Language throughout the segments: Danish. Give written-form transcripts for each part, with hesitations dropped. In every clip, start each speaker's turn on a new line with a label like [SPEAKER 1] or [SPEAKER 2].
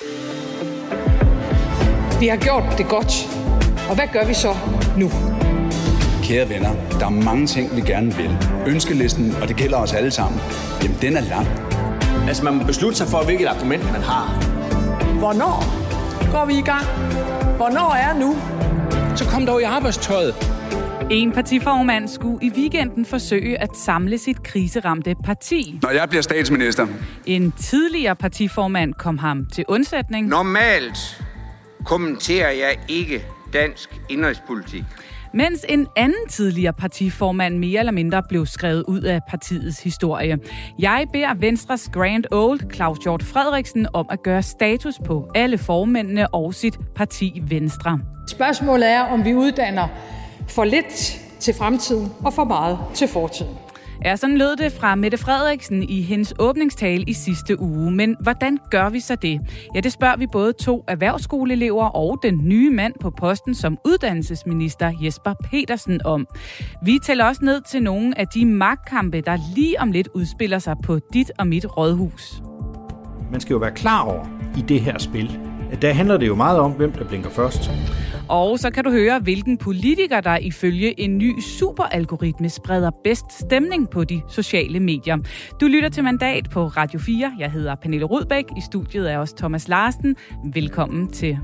[SPEAKER 1] Vi har gjort det godt, og hvad gør vi så nu?
[SPEAKER 2] Kære venner, der er mange ting, vi gerne vil. Ønskelisten, og det gælder os alle sammen, jamen den er lang.
[SPEAKER 3] Altså man må beslutte sig for, hvilket argument man har.
[SPEAKER 1] Hvornår går vi i gang? Hvornår er nu?
[SPEAKER 4] Så kom dog i arbejdstøjet.
[SPEAKER 5] En partiformand skulle i weekenden forsøge at samle sit kriseramte parti.
[SPEAKER 2] Når jeg bliver statsminister.
[SPEAKER 5] En tidligere partiformand kom ham til undsætning.
[SPEAKER 6] Normalt kommenterer jeg ikke dansk indrigspolitik.
[SPEAKER 5] Mens en anden tidligere partiformand mere eller mindre blev skrevet ud af partiets historie. Jeg beder Venstres Grand Old Claus Hjort Frederiksen om at gøre status på alle formændene og sit parti Venstre.
[SPEAKER 1] Spørgsmålet er, om vi uddanner for lidt til fremtiden og for meget til fortiden.
[SPEAKER 5] Ja, sådan lød det fra Mette Frederiksen i hendes åbningstale i sidste uge. Men hvordan gør vi så det? Ja, det spørger vi både 2 erhvervsskoleelever og den nye mand på posten som uddannelsesminister Jesper Petersen om. Vi tæller også ned til nogle af de magtkampe, der lige om lidt udspiller sig på dit og mit rådhus.
[SPEAKER 7] Man skal jo være klar over i det her spil. Der handler det jo meget om, hvem der blinker først.
[SPEAKER 5] Og så kan du høre, hvilken politiker, der ifølge en ny superalgoritme spreder bedst stemning på de sociale medier. Du lytter til Mandat på Radio 4. Jeg hedder Pernille Rudbæk. I studiet er også Thomas Larsen. Velkommen til.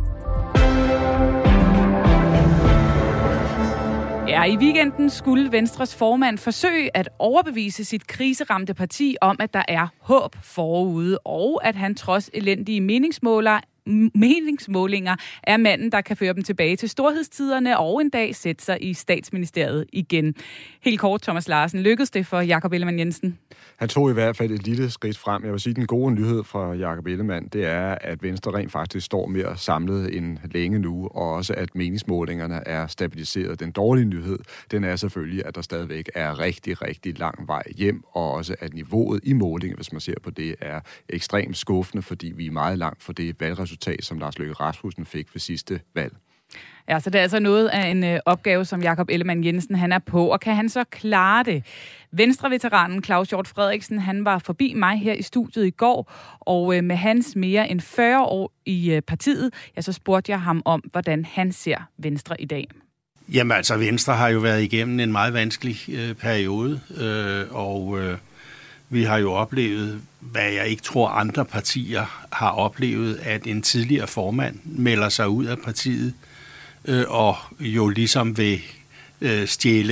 [SPEAKER 5] Ja, i weekenden skulle Venstres formand forsøge at overbevise sit kriseramte parti om, at der er håb forude, og at han trods elendige meningsmålinger er manden, der kan føre dem tilbage til storhedstiderne og en dag sætte sig i statsministeriet igen. Helt kort, Thomas Larsen, lykkedes det for Jakob Ellemann-Jensen?
[SPEAKER 8] Han tog i hvert fald et lille skridt frem. Jeg vil sige, at den gode nyhed fra Jakob Ellemann, det er, at Venstre rent faktisk står mere samlet end længe nu, og også at meningsmålingerne er stabiliseret. Den dårlige nyhed, den er selvfølgelig, at der stadigvæk er rigtig, rigtig lang vej hjem, og også at niveauet i målingen, hvis man ser på det, er ekstremt skuffende, fordi vi er meget langt fra det valgresultat, som Lars Løkke Rasmussen fik ved sidste valg.
[SPEAKER 5] Ja, så det er altså noget af en opgave, som Jakob Ellemann-Jensen han er på, og kan han så klare det? Venstre-veteranen Claus Hjort Frederiksen, han var forbi mig her i studiet i går, og med hans mere end 40 år i partiet, ja, så spurgte jeg ham om, hvordan han ser Venstre i dag.
[SPEAKER 9] Jamen altså, Venstre har jo været igennem en meget vanskelig periode, og vi har jo oplevet, hvad jeg ikke tror andre partier har oplevet, at en tidligere formand melder sig ud af partiet, og jo ligesom vil stjæle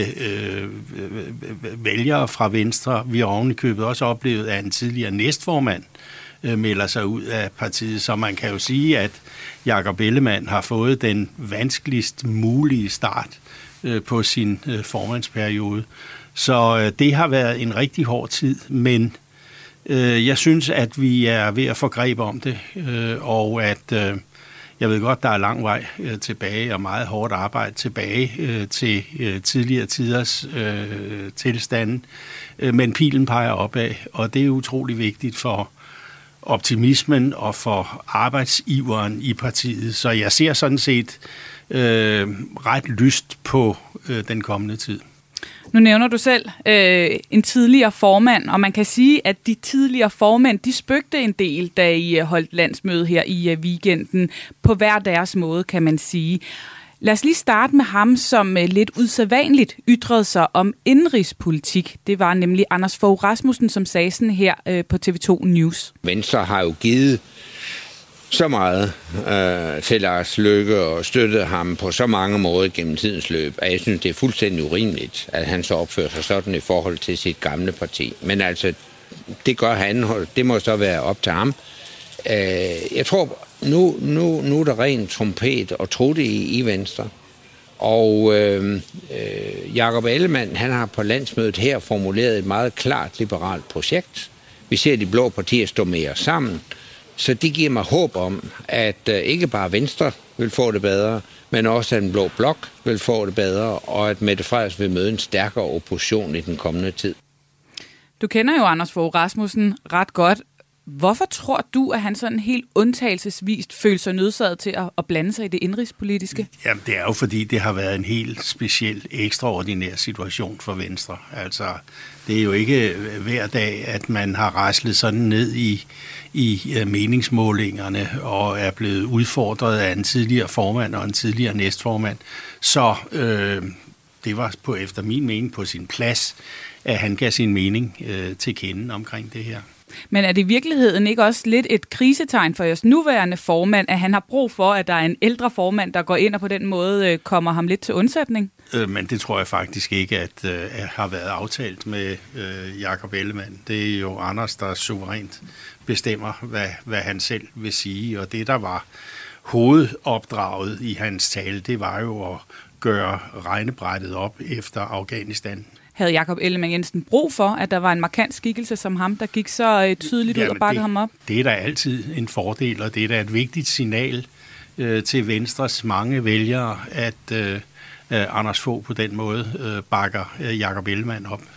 [SPEAKER 9] vælgere fra Venstre. Vi har ovenikøbet også oplevet, at en tidligere næstformand melder sig ud af partiet, så man kan jo sige, at Jakob Ellemann har fået den vanskeligst mulige start på sin formandsperiode. Så det har været en rigtig hård tid, men jeg synes, at vi er ved at få greb om det, og at jeg ved godt, der er lang vej tilbage og meget hårdt arbejde tilbage til tidligere tiders tilstande, men pilen peger opad, og det er utrolig vigtigt for optimismen og for arbejdsiveren i partiet. Så jeg ser sådan set ret lyst på den kommende tid.
[SPEAKER 5] Nu nævner du selv en tidligere formand, og man kan sige, at de tidligere formænd, de spøgte en del, da I holdt landsmøde her i weekenden, på hver deres måde, kan man sige. Lad os lige starte med ham, som lidt usædvanligt ytrede sig om indenrigspolitik. Det var nemlig Anders Fogh Rasmussen, som sagde sådan her på TV2 News.
[SPEAKER 6] Venstre har jo givet så meget til Lars Løkke og støttet ham på så mange måder gennem tidens løb, at jeg synes, det er fuldstændig urimeligt, at han så opfører sig sådan i forhold til sit gamle parti. Men altså, det gør han, det må så være op til ham. Jeg tror, nu er der ren trompet og trutte i Venstre. Og Jakob Ellemann, han har på landsmødet her formuleret et meget klart liberalt projekt. Vi ser de blå partier stå mere sammen. Så det giver mig håb om, at ikke bare Venstre vil få det bedre, men også at den blå blok vil få det bedre, og at Mette Frederiksen vil møde en stærkere opposition i den kommende tid.
[SPEAKER 5] Du kender jo Anders Fogh Rasmussen ret godt. Hvorfor tror du, at han sådan helt undtagelsesvist føler sig nødsaget til at blande sig i det indrigspolitiske?
[SPEAKER 9] Jamen, det er jo fordi, det har været en helt speciel, ekstraordinær situation for Venstre. Altså, det er jo ikke hver dag, at man har raslet sådan ned i meningsmålingerne og er blevet udfordret af en tidligere formand og en tidligere næstformand. Så det var efter min mening på sin plads, at han gav sin mening til kende omkring det her.
[SPEAKER 5] Men er det i virkeligheden ikke også lidt et krisetegn for jeres nuværende formand, at han har brug for, at der er en ældre formand, der går ind og på den måde kommer ham lidt til undsætning?
[SPEAKER 9] Men det tror jeg faktisk ikke, at har været aftalt med Jakob Ellemann. Det er jo Anders, der suverænt bestemmer, hvad han selv vil sige. Og det, der var hovedopdraget i hans tale, det var jo at gøre regnebrættet op efter Afghanistan.
[SPEAKER 5] Havde Jakob Ellemann Jensen brug for, at der var en markant skikkelse som ham, der gik så tydeligt ud og bakkede ham op?
[SPEAKER 9] Det er da altid en fordel, og det er da et vigtigt signal til Venstres mange vælgere, at Anders Fogh på den måde bakker Jakob Ellemann op.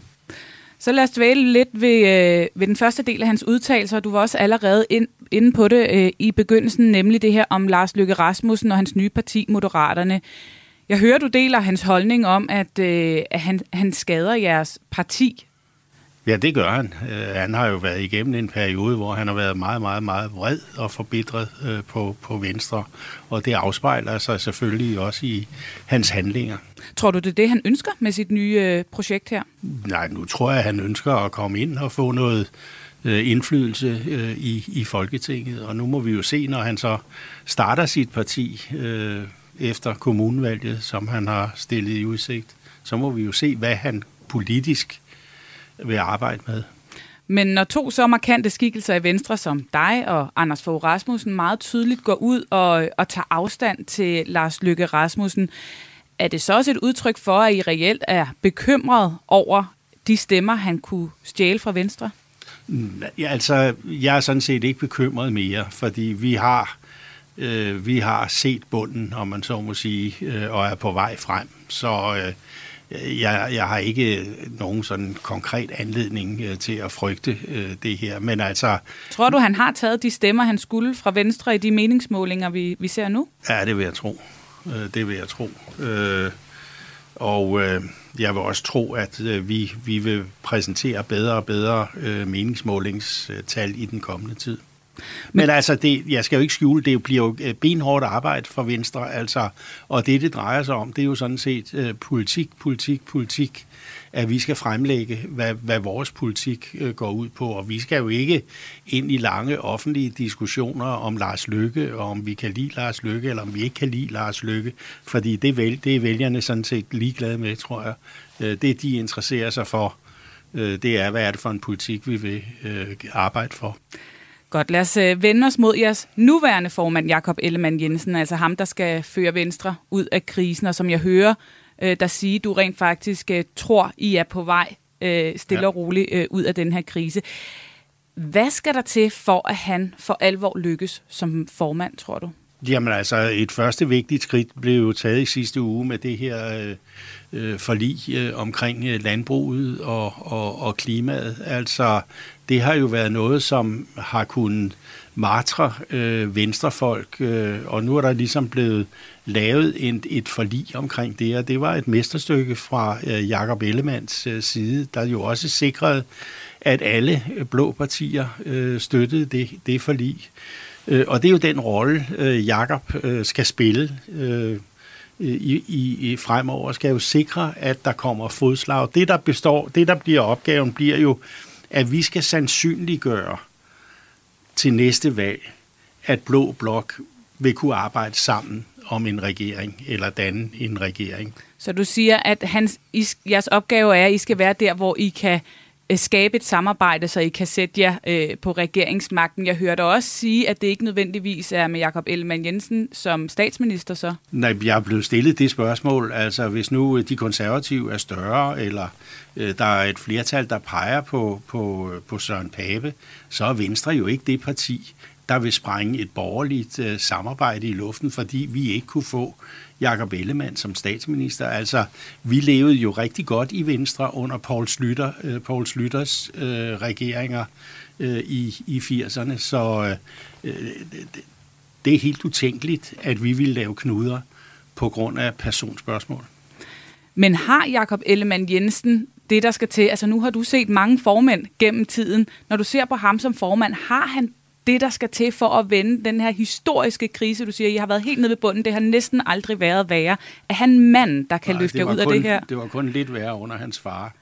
[SPEAKER 5] Så lad os dvæle lidt ved den første del af hans udtalelser. Du var også allerede inde på det i begyndelsen, nemlig det her om Lars Løkke Rasmussen og hans nye parti, Moderaterne. Jeg hører, du deler hans holdning om, at han skader jeres parti.
[SPEAKER 9] Ja, det gør han. Han har jo været igennem en periode, hvor han har været meget, meget, meget vred og forbitret på Venstre. Og det afspejler sig selvfølgelig også i hans handlinger.
[SPEAKER 5] Tror du, det er det, han ønsker med sit nye projekt her?
[SPEAKER 9] Nej, nu tror jeg, at han ønsker at komme ind og få noget indflydelse i Folketinget. Og nu må vi jo se, når han så starter sit parti efter kommunevalget, som han har stillet i udsigt, så må vi jo se, hvad han politisk vil arbejde med.
[SPEAKER 5] Men når to så markante skikkelser i Venstre som dig og Anders Fogh Rasmussen meget tydeligt går ud og tager afstand til Lars Løkke Rasmussen, er det så også et udtryk for, at I reelt er bekymret over de stemmer, han kunne stjæle fra Venstre?
[SPEAKER 9] Ja, altså, jeg er sådan set ikke bekymret mere, fordi vi har set bunden, om man så må sige, og er på vej frem. Så jeg har ikke nogen sådan konkret anledning til at frygte det her. Men altså,
[SPEAKER 5] tror du, han har taget de stemmer, han skulle fra Venstre i de meningsmålinger, vi ser nu?
[SPEAKER 9] Ja, det vil jeg tro. Det vil jeg tro. Og jeg vil også tro, at vi vil præsentere bedre og bedre meningsmålingstal i den kommende tid. Men altså, jeg skal jo ikke skjule, det bliver jo benhårdt arbejde for Venstre, altså, og det drejer sig om, det er jo sådan set politik, at vi skal fremlægge, hvad vores politik går ud på, og vi skal jo ikke ind i lange offentlige diskussioner om Lars Løkke, og om vi kan lide Lars Løkke, eller om vi ikke kan lide Lars Løkke, fordi det er vælgerne sådan set ligeglade med, tror jeg. Det, de interesserer sig for, det er, hvad er det for en politik, vi vil arbejde for.
[SPEAKER 5] Godt, lad os vende os mod jeres nuværende formand, Jakob Ellemann Jensen, altså ham, der skal føre Venstre ud af krisen, og som jeg hører der siger, du rent faktisk tror, I er på vej stille og roligt ud af den her krise. Hvad skal der til for, at han for alvor lykkes som formand, tror du?
[SPEAKER 9] Jamen altså, et første vigtigt skridt blev jo taget i sidste uge med det her forlig omkring landbruget og klimaet. Altså, det har jo været noget, som har kunnet martre venstrefolk, og nu er der ligesom blevet lavet et forlig omkring det, og det var et mesterstykke fra Jakob Ellemanns side, der jo også sikrede, at alle blå partier støttede det forlig. Og det er jo den rolle, Jakob skal spille i fremover, skal jo sikre, at der kommer fodslag. Det, der bliver opgaven, bliver jo, at vi skal sandsynliggøre til næste valg, at Blå Blok vil kunne arbejde sammen om en regering, eller danne en regering.
[SPEAKER 5] Så du siger, at jeres opgave er, at I skal være der, hvor I kan skabe et samarbejde, så I kan sætte jer på regeringsmagten. Jeg hørte også sige, at det ikke nødvendigvis er med Jakob Ellemann Jensen som statsminister så.
[SPEAKER 9] Nej, jeg er blevet stillet det spørgsmål. Altså, hvis nu de konservative er større, eller der er et flertal, der peger på Søren Pape, så er Venstre jo ikke det parti, der vil sprænge et borgerligt samarbejde i luften, fordi vi ikke kunne få Jakob Ellemann som statsminister. Altså, vi levede jo rigtig godt i Venstre under Poul Schlüters regeringer i 80'erne. Så det er helt utænkeligt, at vi ville lave knuder på grund af personspørgsmål.
[SPEAKER 5] Men har Jakob Ellemann-Jensen det, der skal til? Altså nu har du set mange formænd gennem tiden. Når du ser på ham som formand, har han det, der skal til for at vende den her historiske krise? Du siger, I har været helt nede ved bunden. Det har næsten aldrig været værre. Er han mand, der kan løfte ud af det her?
[SPEAKER 9] Det var kun lidt værre under hans far.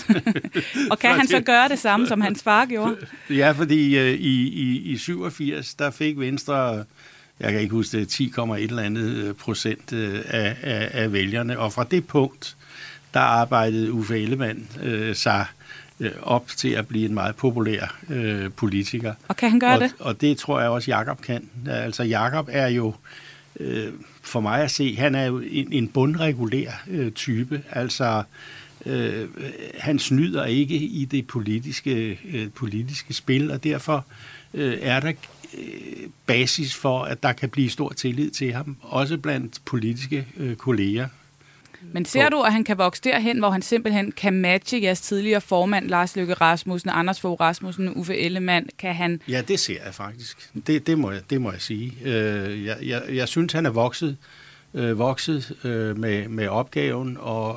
[SPEAKER 5] Og kan han så gøre det samme, som hans far gjorde?
[SPEAKER 9] Ja, fordi i 87, der fik Venstre, jeg kan ikke huske det, 10,1% af vælgerne. Og fra det punkt, der arbejdede Uffe Ellemann sig op til at blive en meget populær politiker.
[SPEAKER 5] Og kan han gøre det?
[SPEAKER 9] Og det tror jeg også, Jakob kan. Altså, Jakob er jo, for mig at se, han er jo en bundregulær type. Altså, han snyder ikke i det politiske spil, og derfor er der basis for, at der kan blive stor tillid til ham, også blandt politiske kolleger.
[SPEAKER 5] Men ser du, at han kan vokse derhen, hvor han simpelthen kan matche jeres tidligere formand, Lars Løkke Rasmussen, Anders Fogh Rasmussen, Uffe Ellemann? Kan han...
[SPEAKER 9] Ja, det ser jeg faktisk. Det må jeg sige. Jeg synes, han er vokset med opgaven, og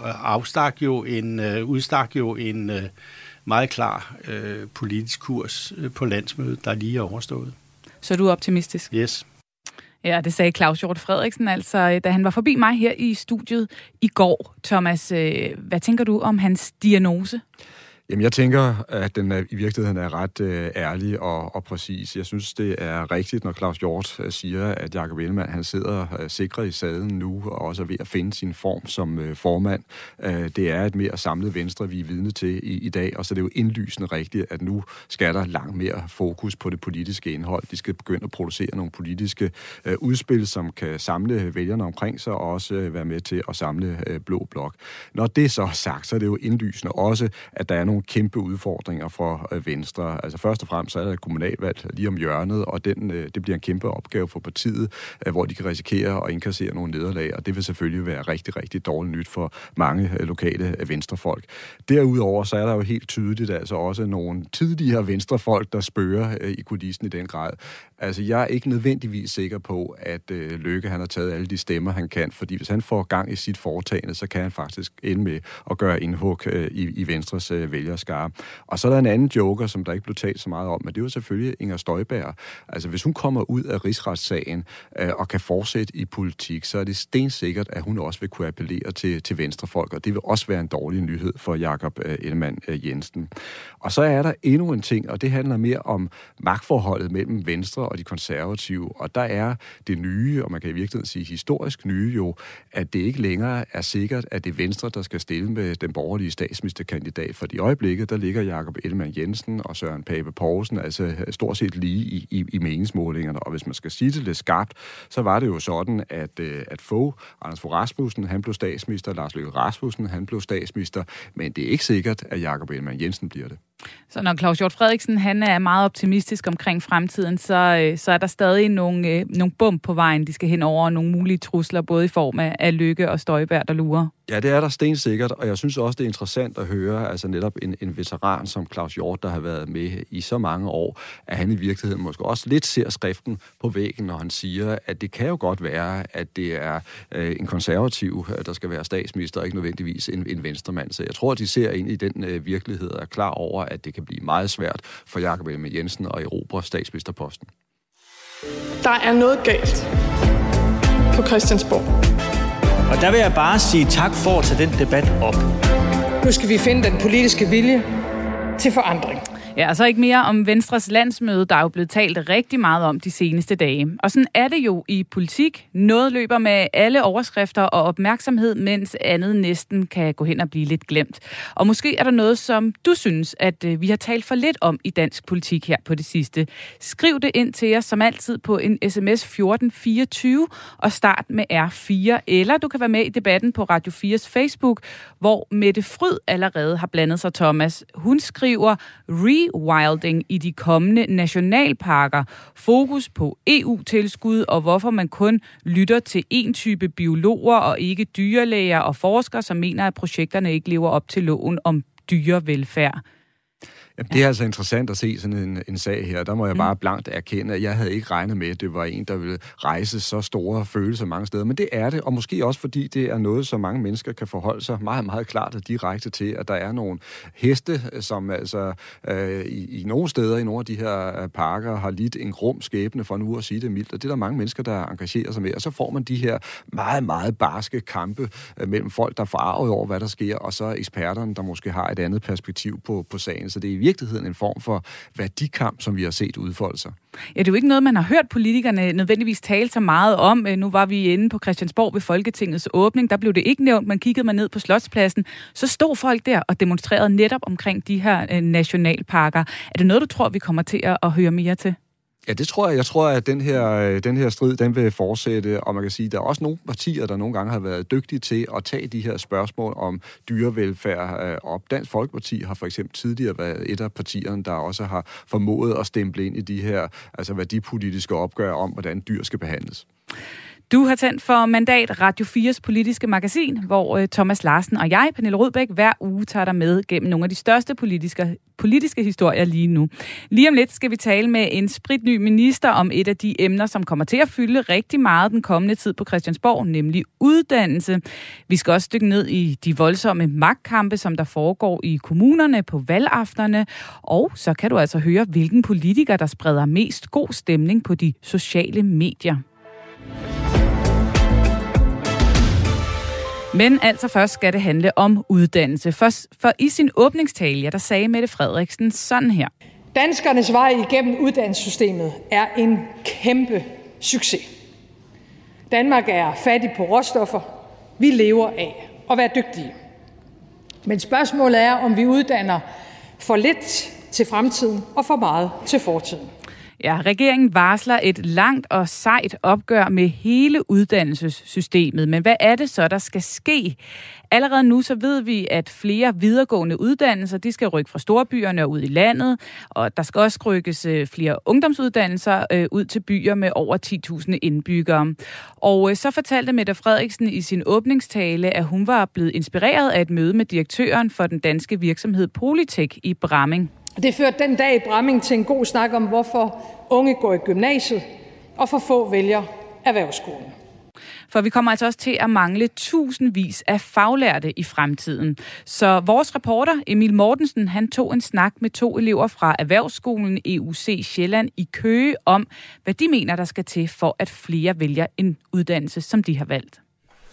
[SPEAKER 9] udstak jo en meget klar politisk kurs på landsmødet, der lige er overstået.
[SPEAKER 5] Så er du optimistisk?
[SPEAKER 9] Yes.
[SPEAKER 5] Ja, det sagde Claus Hjort Frederiksen, altså, da han var forbi mig her i studiet i går. Thomas, hvad tænker du om hans diagnose?
[SPEAKER 8] Jamen, jeg tænker, at den i virkeligheden er ret ærlig og præcis. Jeg synes, det er rigtigt, når Claus Hjort siger, at Jakob Ellemann, han sidder sikret i sadlen nu, og også er ved at finde sin form som formand. Det er et mere samlet Venstre, vi er vidne til i dag, og så er det jo indlysende rigtigt, at nu skal der langt mere fokus på det politiske indhold. De skal begynde at producere nogle politiske udspil, som kan samle vælgerne omkring sig, og også være med til at samle blå blok. Når det så er sagt, så er det jo indlysende også, at der er nogle kæmpe udfordringer for Venstre. Altså først og fremmest så er der et kommunalvalg lige om hjørnet, og det bliver en kæmpe opgave for partiet, hvor de kan risikere at indkassere nogle nederlag, og det vil selvfølgelig være rigtig, rigtig dårligt nyt for mange lokale venstrefolk. Derudover så er der jo helt tydeligt altså også nogle tidligere venstrefolk, der spørger i kulissen i den grad. Altså jeg er ikke nødvendigvis sikker på, at Løkke han har taget alle de stemmer, han kan, fordi hvis han får gang i sit foretagende, så kan han faktisk ende med at gøre indhug i Venstres vælgerskare. Og så er der en anden joker, som der ikke blev talt så meget om, men det er jo selvfølgelig Inger Støjberg. Altså hvis hun kommer ud af rigsretssagen og kan fortsætte i politik, så er det stensikkert, at hun også vil kunne appellere til venstrefolk, og det vil også være en dårlig nyhed for Jakob Ellemann-Jensen. Og så er der endnu en ting, og det handler mere om magtforholdet mellem Venstre og de konservative, og der er det nye, og man kan i virkeligheden sige historisk nye jo, at det ikke længere er sikkert, at det er Venstre, der skal stille med den borgerlige statsministerkandidat, for i øjeblikket, der ligger Jakob Ellemann-Jensen og Søren Pape Poulsen altså stort set lige i meningsmålingerne, og hvis man skal sige det lidt skarpt, så var det jo sådan, at Anders Fogh Rasmussen, han blev statsminister, Lars Løkke Rasmussen, han blev statsminister, men det er ikke sikkert, at Jakob Ellemann-Jensen bliver det.
[SPEAKER 5] Så når Claus Hjort Frederiksen han er meget optimistisk omkring fremtiden, så er der stadig nogle bump på vejen, de skal hen over, og nogle mulige trusler, både i form af Løkke og Støjberg, der lurer.
[SPEAKER 8] Ja, det er der stensikkert, og jeg synes også, det er interessant at høre, altså netop en veteran som Claus Hjort, der har været med i så mange år, at han i virkeligheden måske også lidt ser skriften på væggen, når han siger, at det kan jo godt være, at det er en konservativ, der skal være statsminister, og ikke nødvendigvis en venstremand. Så jeg tror, at de ser ind i den virkelighed og er klar over, at det kan blive meget svært for Jakob Ellemann-Jensen at erobre statsministerposten.
[SPEAKER 10] Der er noget galt på Christiansborg.
[SPEAKER 3] Og der vil jeg bare sige tak for at tage den debat op.
[SPEAKER 1] Nu skal vi finde den politiske vilje til forandring.
[SPEAKER 5] Ja, og så ikke mere om Venstres landsmøde, der er jo blevet talt rigtig meget om de seneste dage. Og sådan er det jo i politik. Noget løber med alle overskrifter og opmærksomhed, mens andet næsten kan gå hen og blive lidt glemt. Og måske er der noget, som du synes, at vi har talt for lidt om i dansk politik her på det sidste. Skriv det ind til os som altid på en sms 1424 og start med R4. Eller du kan være med i debatten på Radio 4's Facebook, hvor Mette Fryd allerede har blandet sig, Thomas. Hun skriver rewilding i de kommende nationalparker, fokus på EU-tilskud og hvorfor man kun lytter til én type biologer og ikke dyrlæger og forskere, som mener, at projekterne ikke lever op til loven om dyrevelfærd.
[SPEAKER 8] Det er altså interessant at se sådan en sag her. Der må jeg bare blankt erkende, at jeg havde ikke regnet med, at det var en, der ville rejse så store følelser mange steder. Men det er det, og måske også fordi det er noget, som mange mennesker kan forholde sig meget, meget klart og direkte til, at der er nogle heste, som altså i nogle steder i nogle af de her parker har lidt en grum skæbne, for nu at sige det mildt. Og det er der mange mennesker, der engagerer sig med. Og så får man de her meget, meget barske kampe mellem folk, der er forarvet over, hvad der sker, og så eksperterne, der måske har et andet perspektiv på sagen. Så det er i virkeligheden en form for værdikamp, som vi har set udfolde sig.
[SPEAKER 5] Ja, det er jo ikke noget, man har hørt politikerne nødvendigvis tale så meget om. Nu var vi inde på Christiansborg ved Folketingets åbning. Der blev det ikke nævnt. Man kiggede man ned på Slotspladsen. Så stod folk der og demonstrerede netop omkring de her nationalparker. Er det noget, du tror, vi kommer til at høre mere til?
[SPEAKER 8] Ja, det tror jeg. Jeg tror, at den her strid, den vil fortsætte, og man kan sige, at der er også nogle partier, der nogle gange har været dygtige til at tage de her spørgsmål om dyrevelfærd op. Dansk Folkeparti har for eksempel tidligere været et af partierne, der også har formået at stemple ind i de her værdipolitiske opgør om, hvordan dyr skal behandles.
[SPEAKER 5] Du har tændt for Mandat, Radio 4's politiske magasin, hvor Thomas Larsen og jeg, Pernille Rødbæk, hver uge tager dig med gennem nogle af de største politiske historier lige nu. Lige om lidt skal vi tale med en spritny minister om et af de emner, som kommer til at fylde rigtig meget den kommende tid på Christiansborg, nemlig uddannelse. Vi skal også dykke ned i de voldsomme magtkampe, som der foregår i kommunerne på valgafterne. Og så kan du altså høre, hvilken politiker, der spreder mest god stemning på de sociale medier. Men altså først skal det handle om uddannelse. For i sin åbningstale, der sagde Mette Frederiksen sådan her.
[SPEAKER 1] Danskernes vej igennem uddannelsessystemet er en kæmpe succes. Danmark er fattig på råstoffer. Vi lever af at være dygtige. Men spørgsmålet er, om vi uddanner for lidt til fremtiden og for meget til fortiden.
[SPEAKER 5] Ja, regeringen varsler et langt og sejt opgør med hele uddannelsessystemet. Men hvad er det så, der skal ske? Allerede nu så ved vi, at flere videregående uddannelser, de skal rykke fra storbyerne og ud i landet. Og der skal også rykkes flere ungdomsuddannelser ud til byer med over 10.000 indbyggere. Og så fortalte Mette Frederiksen i sin åbningstale, at hun var blevet inspireret af et møde med direktøren for den danske virksomhed Polytech i Bramming.
[SPEAKER 1] Det førte den dag i Bramming til en god snak om, hvorfor unge går i gymnasiet, og for få vælger erhvervsskolen.
[SPEAKER 5] For vi kommer altså også til at mangle tusindvis af faglærte i fremtiden. Så vores reporter Emil Mortensen, han tog en snak med 2 elever fra Erhvervsskolen EUC Sjælland i Køge om, hvad de mener, der skal til for, at flere vælger en uddannelse, som de har valgt.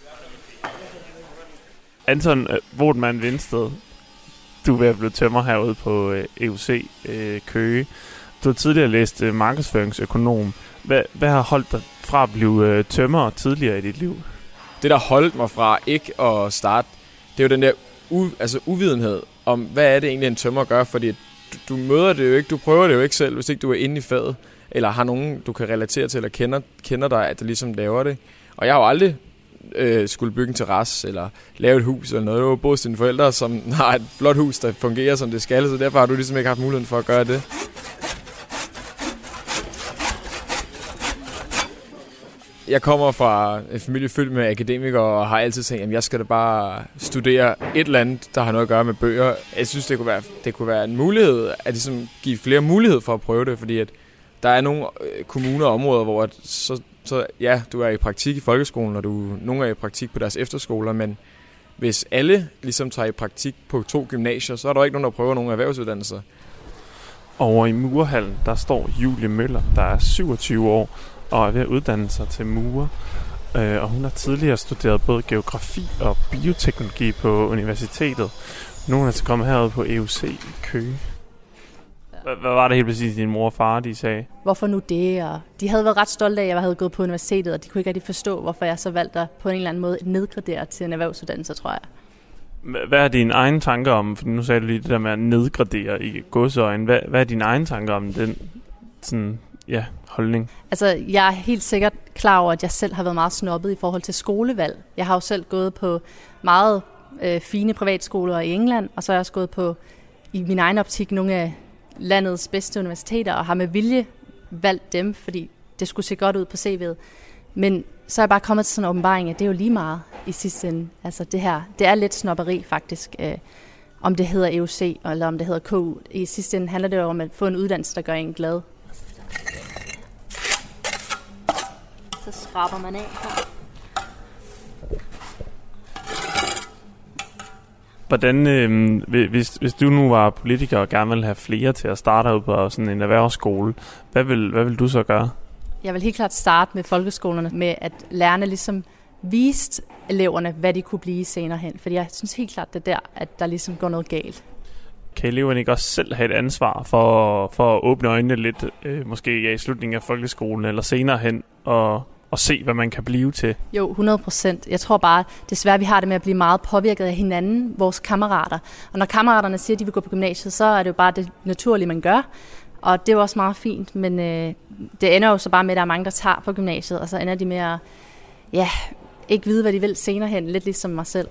[SPEAKER 11] Anton Wortmann Vindsted, du er ved at blive tømrer herude på EUC Køge. Du har tidligere læst markedsføringsøkonom. Hvad har holdt dig fra at blive tømrer tidligere i dit liv?
[SPEAKER 12] Det, der holdt mig fra ikke at starte, det er jo den der uvidenhed om, hvad er det egentlig en tømrer gør, fordi du møder det jo ikke, du prøver det jo ikke selv, hvis ikke du er inde i faget, eller har nogen, du kan relatere til, eller kender dig, at der ligesom laver det. Og jeg har jo aldrig skulle bygge en terrasse, eller lave et hus, eller noget. Det var både sine forældre, som har et flot hus, der fungerer, som det skal, så derfor har du ligesom ikke haft muligheden for at gøre det. Jeg kommer fra en familie fyldt med akademikere, og har altid tænkt, at jeg skal da bare studere et eller andet, der har noget at gøre med bøger. Jeg synes, det kunne være en mulighed, at ligesom give flere mulighed for at prøve det, fordi at der er nogle kommuner og områder, hvor så ja, du er i praktik i folkeskolen, og nogle er i praktik på deres efterskoler, men hvis alle ligesom tager i praktik på 2 gymnasier, så er der ikke nogen, der prøver nogle erhvervsuddannelser.
[SPEAKER 11] Over i Murerhallen, der står Julie Møller, der er 27 år, og er ved at uddanne sig til murer. Og hun har tidligere studeret både geografi og bioteknologi på universitetet. Nu er hun altså kommet herude på EUC i Køge. Hvad var det helt præcis, din mor og far, de sagde?
[SPEAKER 13] Hvorfor nu det? Og de havde været ret stolte af, at jeg havde gået på universitetet, og de kunne ikke rigtig forstå, hvorfor jeg så valgte at på en eller anden måde nedgradere til en erhvervsuddannelse, tror jeg.
[SPEAKER 11] Hvad er dine egne tanker om, for nu sagde du lige det der med at nedgradere i godsøjne. Hvad er dine egne tanker om den sådan, holdning?
[SPEAKER 13] Altså, jeg er helt sikkert klar over, at jeg selv har været meget snobbet i forhold til skolevalg. Jeg har jo selv gået på meget fine privatskoler i England, og så har jeg også gået på, i min egen optik, nogle af landets bedste universiteter, og har med vilje valgt dem, fordi det skulle se godt ud på CV'et. Men så er jeg bare kommet til sådan en åbenbaring, at det er jo lige meget i sidste ende. Altså det her, det er lidt snobberi faktisk. om det hedder EUC eller om det hedder KU. I sidste ende handler det jo om at få en uddannelse, der gør en glad. Så skraber man af her.
[SPEAKER 11] Hvordan, hvis du nu var politiker og gerne ville have flere til at starte ud på sådan en erhvervsskole, hvad vil du så gøre?
[SPEAKER 13] Jeg vil helt klart starte med folkeskolerne, med at lærerne ligesom viste eleverne, hvad de kunne blive senere hen. Fordi jeg synes helt klart, det er der, at der ligesom går noget galt.
[SPEAKER 11] Kan eleverne ikke også selv have et ansvar for at åbne øjnene lidt, måske i slutningen af folkeskolen eller senere hen, og se, hvad man kan blive til?
[SPEAKER 13] Jo, 100%. Jeg tror bare, desværre vi har det med at blive meget påvirket af hinanden, vores kammerater. Og når kammeraterne siger, at de vil gå på gymnasiet, så er det jo bare det naturlige, man gør. Og det er jo også meget fint, men det ender jo så bare med, at der er mange, der tager på gymnasiet, og så ender de med at ikke vide, hvad de vil senere hen, lidt ligesom mig selv.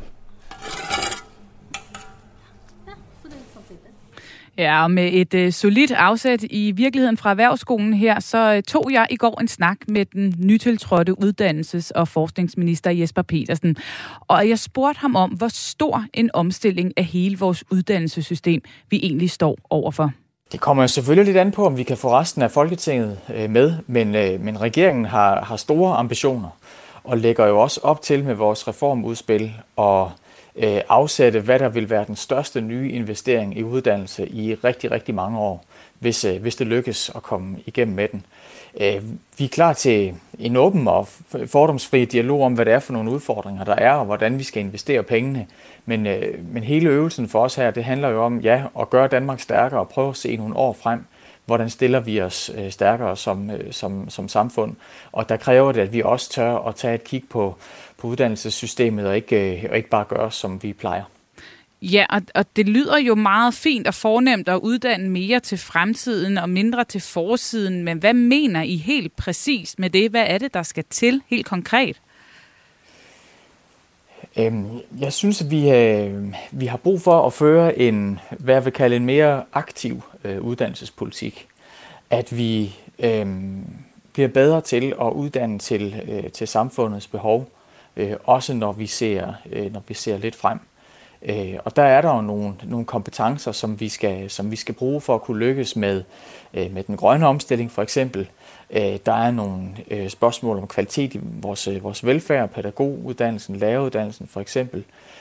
[SPEAKER 5] Ja, og med et solidt afsæt i virkeligheden fra erhvervsskolen her, så tog jeg i går en snak med den nytiltrådte uddannelses- og forskningsminister Jesper Petersen. Og jeg spurgte ham om, hvor stor en omstilling af hele vores uddannelsessystem vi egentlig står overfor.
[SPEAKER 14] Det kommer selvfølgelig lidt an på, om vi kan få resten af Folketinget med, men regeringen har store ambitioner og lægger jo også op til med vores reformudspil og afsætte, hvad der vil være den største nye investering i uddannelse i rigtig, rigtig mange år, hvis det lykkes at komme igennem med den. Vi er klar til en åben og fordomsfri dialog om, hvad det er for nogle udfordringer, der er, og hvordan vi skal investere pengene. Men hele øvelsen for os her, det handler jo om at gøre Danmark stærkere og prøve at se nogle år frem. Hvordan stiller vi os stærkere som samfund? Og der kræver det, at vi også tør at tage et kig på uddannelsessystemet og ikke bare gøre, som vi plejer.
[SPEAKER 5] Ja, og det lyder jo meget fint og fornemt at uddanne mere til fremtiden og mindre til forsiden, men hvad mener I helt præcist med det? Hvad er det, der skal til helt konkret?
[SPEAKER 14] Jeg synes, at vi har brug for at føre hvad jeg vil kalde en mere aktiv uddannelsespolitik. At vi bliver bedre til at uddanne til samfundets behov, også når vi ser lidt frem. Og der er der jo nogle kompetencer, som vi skal bruge for at kunne lykkes med den grønne omstilling for eksempel. Der er nogle spørgsmål om kvalitet i vores velfærd, pædagoguddannelsen, læreruddannelsen for eksempel.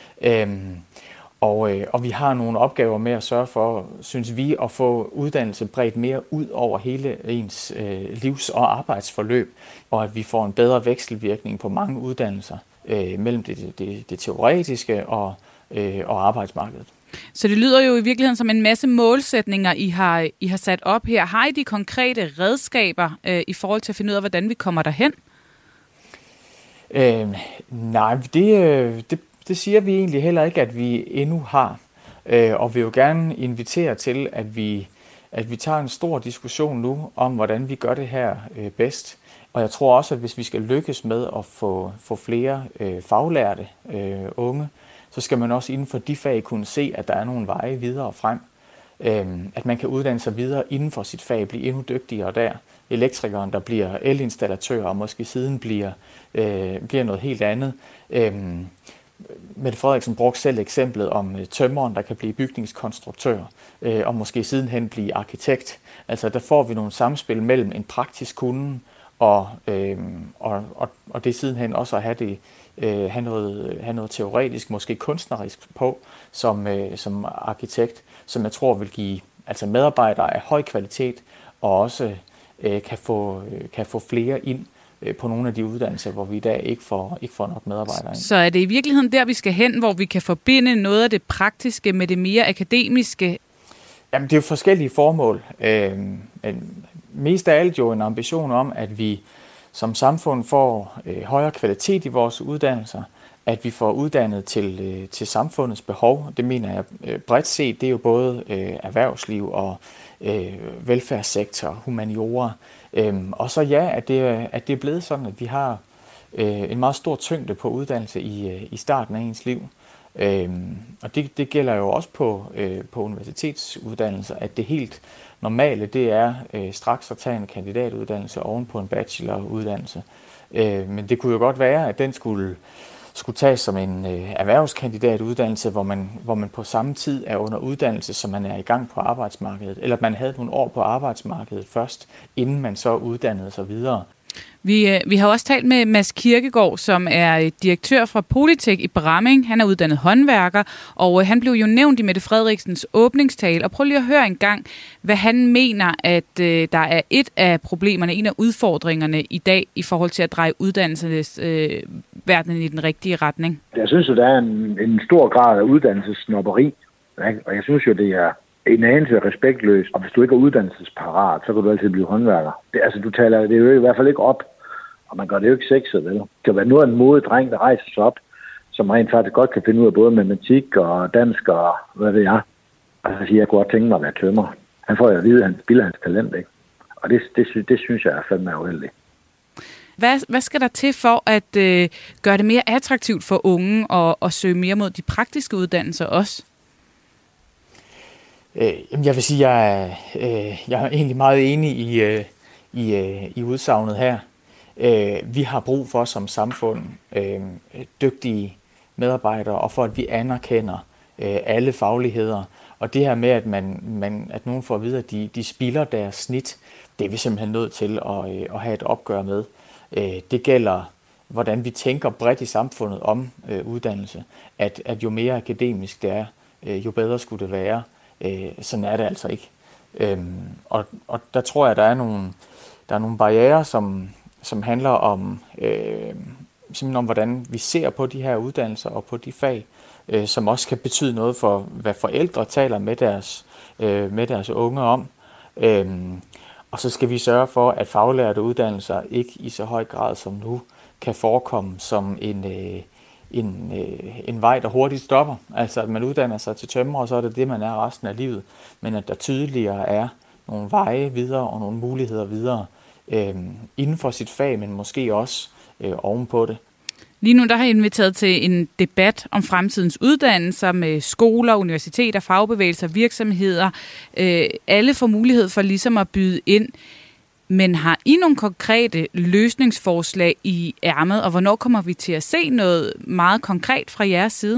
[SPEAKER 14] Og vi har nogle opgaver med at sørge for, synes vi, at få uddannelse bredt mere ud over hele ens livs- og arbejdsforløb, og at vi får en bedre vekselvirkning på mange uddannelser mellem det teoretiske og arbejdsmarkedet.
[SPEAKER 5] Så det lyder jo i virkeligheden som en masse målsætninger, I har sat op her. Har I de konkrete redskaber i forhold til at finde ud af, hvordan vi kommer derhen?
[SPEAKER 14] Nej, det siger vi egentlig heller ikke, at vi endnu har. Og vi vil jo gerne invitere til, at vi tager en stor diskussion nu om, hvordan vi gør det her bedst. Og jeg tror også, at hvis vi skal lykkes med at få flere faglærte unge, så skal man også inden for de fag kunne se, at der er nogle veje videre frem. At man kan uddanne sig videre inden for sit fag, blive endnu dygtigere der. Elektrikeren, der bliver elinstallatør, og måske siden bliver noget helt andet. Mette Frederiksen brugte selv eksemplet om tømreren, der kan blive bygningskonstruktør, og måske sidenhen blive arkitekt. Altså der får vi nogle samspil mellem en praktisk kunde og det sidenhen også at have noget teoretisk, måske kunstnerisk på som arkitekt, som jeg tror vil give altså medarbejdere af høj kvalitet, og også kan få flere ind på nogle af de uddannelser, hvor vi i dag ikke får nok medarbejdere ind.
[SPEAKER 5] Så er det i virkeligheden der, vi skal hen, hvor vi kan forbinde noget af det praktiske med det mere akademiske?
[SPEAKER 14] Jamen, det er jo forskellige formål. Mest af alt jo en ambition om, at vi som samfund får højere kvalitet i vores uddannelser, at vi får uddannet til samfundets behov. Det mener jeg bredt set, det er jo både erhvervsliv og velfærdssektor, humaniora. Og så at det er blevet sådan, at vi har en meget stor tyngde på uddannelse i starten af ens liv. Og det gælder jo også på universitetsuddannelser, at det helt normale, det er straks at tage en kandidatuddannelse oven på en bacheloruddannelse. Men det kunne jo godt være, at den skulle skulle tages som en erhvervskandidatuddannelse, hvor man på samme tid er under uddannelse, som man er i gang på arbejdsmarkedet, eller at man havde nogle år på arbejdsmarkedet først, inden man så uddannede sig videre.
[SPEAKER 5] Vi har også talt med Mads Kirkegaard, som er direktør fra Polytech i Bramming. Han er uddannet håndværker, og han blev jo nævnt i Mette Frederiksens åbningstale. Og prøv lige at høre en gang, hvad han mener, at der er et af problemerne, en af udfordringerne i dag i forhold til at dreje uddannelsernes verden i den rigtige retning.
[SPEAKER 15] Jeg synes jo, der er en stor grad af uddannelsessnobberi, og jeg synes jo, det er en anelse respektløst, og hvis du ikke er uddannelsesparat, så kan du altid blive håndværker. Du taler det jo i hvert fald ikke op, og man gør det jo ikke sexet, vel? Det kan være noget af en modedreng, der rejser sig op, som rent faktisk godt kan finde ud af både matematik og dansk og hvad ved jeg. Og så siger jeg kunne godt tænke mig at være tømrer. Han får jo at vide, at han spilder hans talent, ikke? Og det synes jeg er fandme uheldigt.
[SPEAKER 5] Hvad skal der til for at gøre det mere attraktivt for unge at søge mere mod de praktiske uddannelser også?
[SPEAKER 14] Jeg vil sige, at jeg er egentlig meget enig i udsagnet her. Vi har brug for som samfund dygtige medarbejdere, og for at vi anerkender alle fagligheder. Og det her med, at nogen får at vide, at de spilder deres snit, det er vi simpelthen nødt til at have et opgør med. Det gælder, hvordan vi tænker bredt i samfundet om uddannelse, at jo mere akademisk det er, jo bedre skulle det være. Sådan er det altså ikke. Og der tror jeg, der er nogle barrierer, som handler om, simpelthen om, hvordan vi ser på de her uddannelser og på de fag, som også kan betyde noget for, hvad forældre taler med deres unge om. Og så skal vi sørge for, at faglærte uddannelser ikke i så høj grad som nu kan forekomme som en vej, der hurtigt stopper. Altså, at man uddanner sig til tømrer, og så er det, man er resten af livet. Men at der tydeligere er nogle veje videre og nogle muligheder videre inden for sit fag, men måske også ovenpå det.
[SPEAKER 5] Lige nu der har jeg inviteret til en debat om fremtidens uddannelser med skoler, universiteter, fagbevægelser, virksomheder. Alle får mulighed for ligesom at byde ind. Men har I nogle konkrete løsningsforslag i ærmet, og hvornår kommer vi til at se noget meget konkret fra jeres side?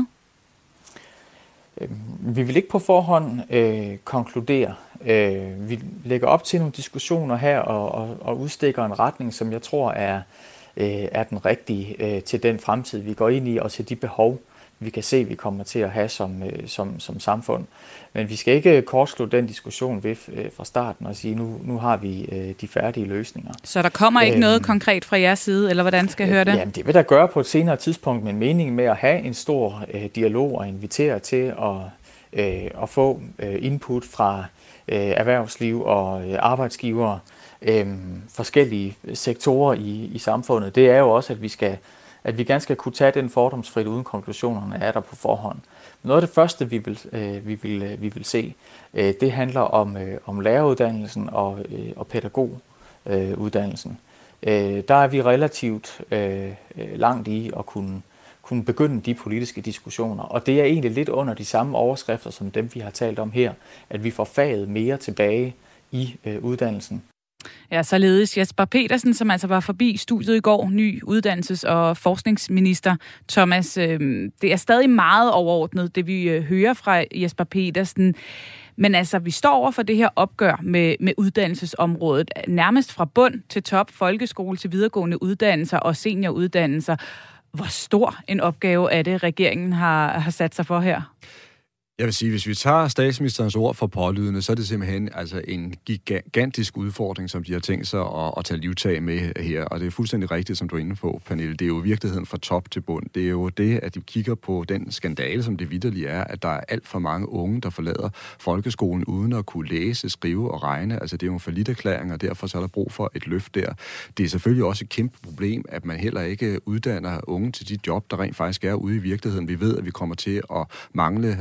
[SPEAKER 14] Vi vil ikke på forhånd konkludere. Vi lægger op til nogle diskussioner her og udstikker en retning, som jeg tror er den rigtige til den fremtid, vi går ind i, og til de behov, vi kan se, vi kommer til at have som samfund. Men vi skal ikke kortslutte den diskussion ved fra starten og sige, nu har vi de færdige løsninger.
[SPEAKER 5] Så der kommer ikke noget konkret fra jeres side, eller hvordan skal jeg høre det?
[SPEAKER 14] Jamen, det vil der gøre på et senere tidspunkt, men meningen med at have en stor dialog og invitere til at få input fra erhvervsliv og arbejdsgivere, forskellige sektorer i samfundet, det er jo også, at vi gerne skal kunne tage den fordomsfrit, uden konklusionerne er der på forhånd. Noget af det første, vi vil se, det handler om læreruddannelsen og pædagoguddannelsen. Der er vi relativt langt i at kunne begynde de politiske diskussioner, og det er egentlig lidt under de samme overskrifter, som dem, vi har talt om her, at vi får faget mere tilbage i uddannelsen.
[SPEAKER 5] Ja, således Jesper Petersen, som altså var forbi studiet i går, ny uddannelses- og forskningsminister. Thomas, det er stadig meget overordnet, det vi hører fra Jesper Petersen. Men altså, vi står over for det her opgør med uddannelsesområdet, nærmest fra bund til top, folkeskole til videregående uddannelser og senioruddannelser. Hvor stor en opgave er det, regeringen har sat sig for her?
[SPEAKER 8] Jeg vil sige, hvis vi tager statsministerens ord for pålydende, så er det simpelthen altså en gigantisk udfordring, som de har tænkt sig at tage livtag med her. Og det er fuldstændig rigtigt, som du er inde på, Pernille. Det er jo virkeligheden fra top til bund. Det er jo det, at de kigger på den skandale, som det vitterlige er, at der er alt for mange unge, der forlader folkeskolen uden at kunne læse, skrive og regne. Altså det er jo en forlitterklæring, og derfor så er der brug for et løft der. Det er selvfølgelig også et kæmpe problem, at man heller ikke uddanner unge til de job, der rent faktisk er ude i virkeligheden. Vi ved, at vi kommer til at mangle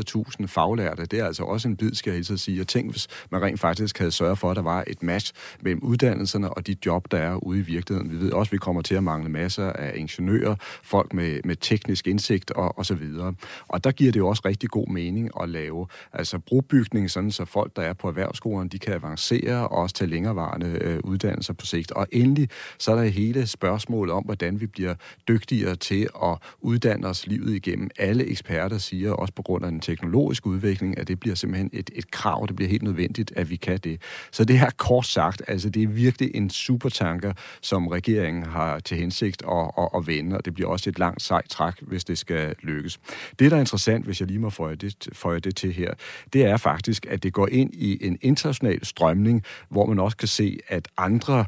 [SPEAKER 8] 300.000 faglærte. Det er altså også en bid, skal jeg helt sige. Og tænk, hvis man rent faktisk havde sørget for, at der var et match mellem uddannelserne og de job, der er ude i virkeligheden. Vi ved også, at vi kommer til at mangle masser af ingeniører, folk med teknisk indsigt og så videre. Og der giver det jo også rigtig god mening at lave altså brobygning, sådan så folk, der er på erhvervsskolen, de kan avancere og også tage længerevarende uddannelser på sigt. Og endelig, så er der hele spørgsmålet om, hvordan vi bliver dygtigere til at uddanne os livet igennem. Alle eksperter siger, også på grund af den teknologiske udvikling, at det bliver simpelthen et krav, det bliver helt nødvendigt, at vi kan det. Så det her kort sagt, altså det er virkelig en supertanker, som regeringen har til hensigt at vende, og det bliver også et langt sejt træk, hvis det skal lykkes. Det, der er interessant, hvis jeg lige må føje det til her, det er faktisk, at det går ind i en international strømning, hvor man også kan se, at andre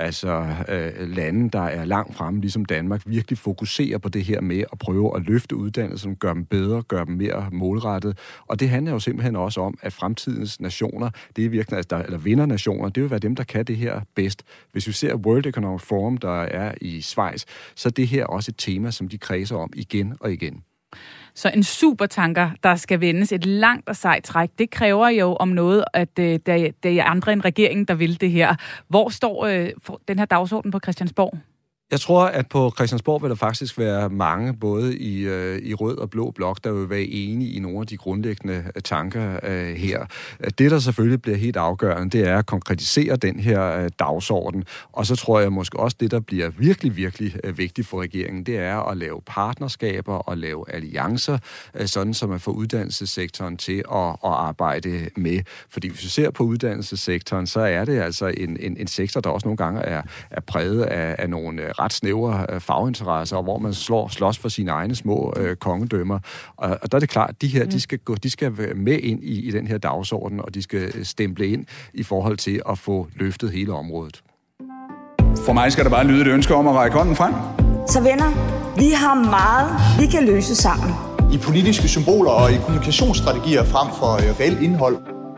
[SPEAKER 8] lande, der er langt fremme, ligesom Danmark, virkelig fokuserer på det her med at prøve at løfte uddannelsen, gøre dem bedre, gøre dem mere målrettet. Og det handler jo simpelthen også om, at fremtidens nationer, det er virkelig, eller vindernationer, det vil være dem, der kan det her bedst. Hvis vi ser World Economic Forum, der er i Schweiz, så er det her også et tema, som de kredser om igen og igen.
[SPEAKER 5] Så en supertanker, der skal vendes et langt og sejt træk, det kræver jo om noget, at der er andre end regeringen, der vil det her. Hvor står den her dagsorden på Christiansborg?
[SPEAKER 8] Jeg tror, at på Christiansborg vil der faktisk være mange, både i rød og blå blok, der vil være enige i nogle af de grundlæggende tanker her. Det, der selvfølgelig bliver helt afgørende, det er at konkretisere den her dagsorden. Og så tror jeg måske også, det, der bliver virkelig, virkelig vigtigt for regeringen, det er at lave partnerskaber og lave alliancer, sådan som man får uddannelsessektoren til at arbejde med. Fordi hvis vi ser på uddannelsessektoren, så er det altså en sektor, der også nogle gange er præget af nogle ret snævre faginteresser, hvor man slås for sine egne små kongedømmer. Og der er det klart, at de skal være med ind i den her dagsorden, og de skal stemple ind i forhold til at få løftet hele området.
[SPEAKER 2] For mig skal der bare lyde et ønske om at række hånden frem.
[SPEAKER 16] Så venner, vi har meget, vi kan løse sammen.
[SPEAKER 17] I politiske symboler og i kommunikationsstrategier frem for reelt indhold.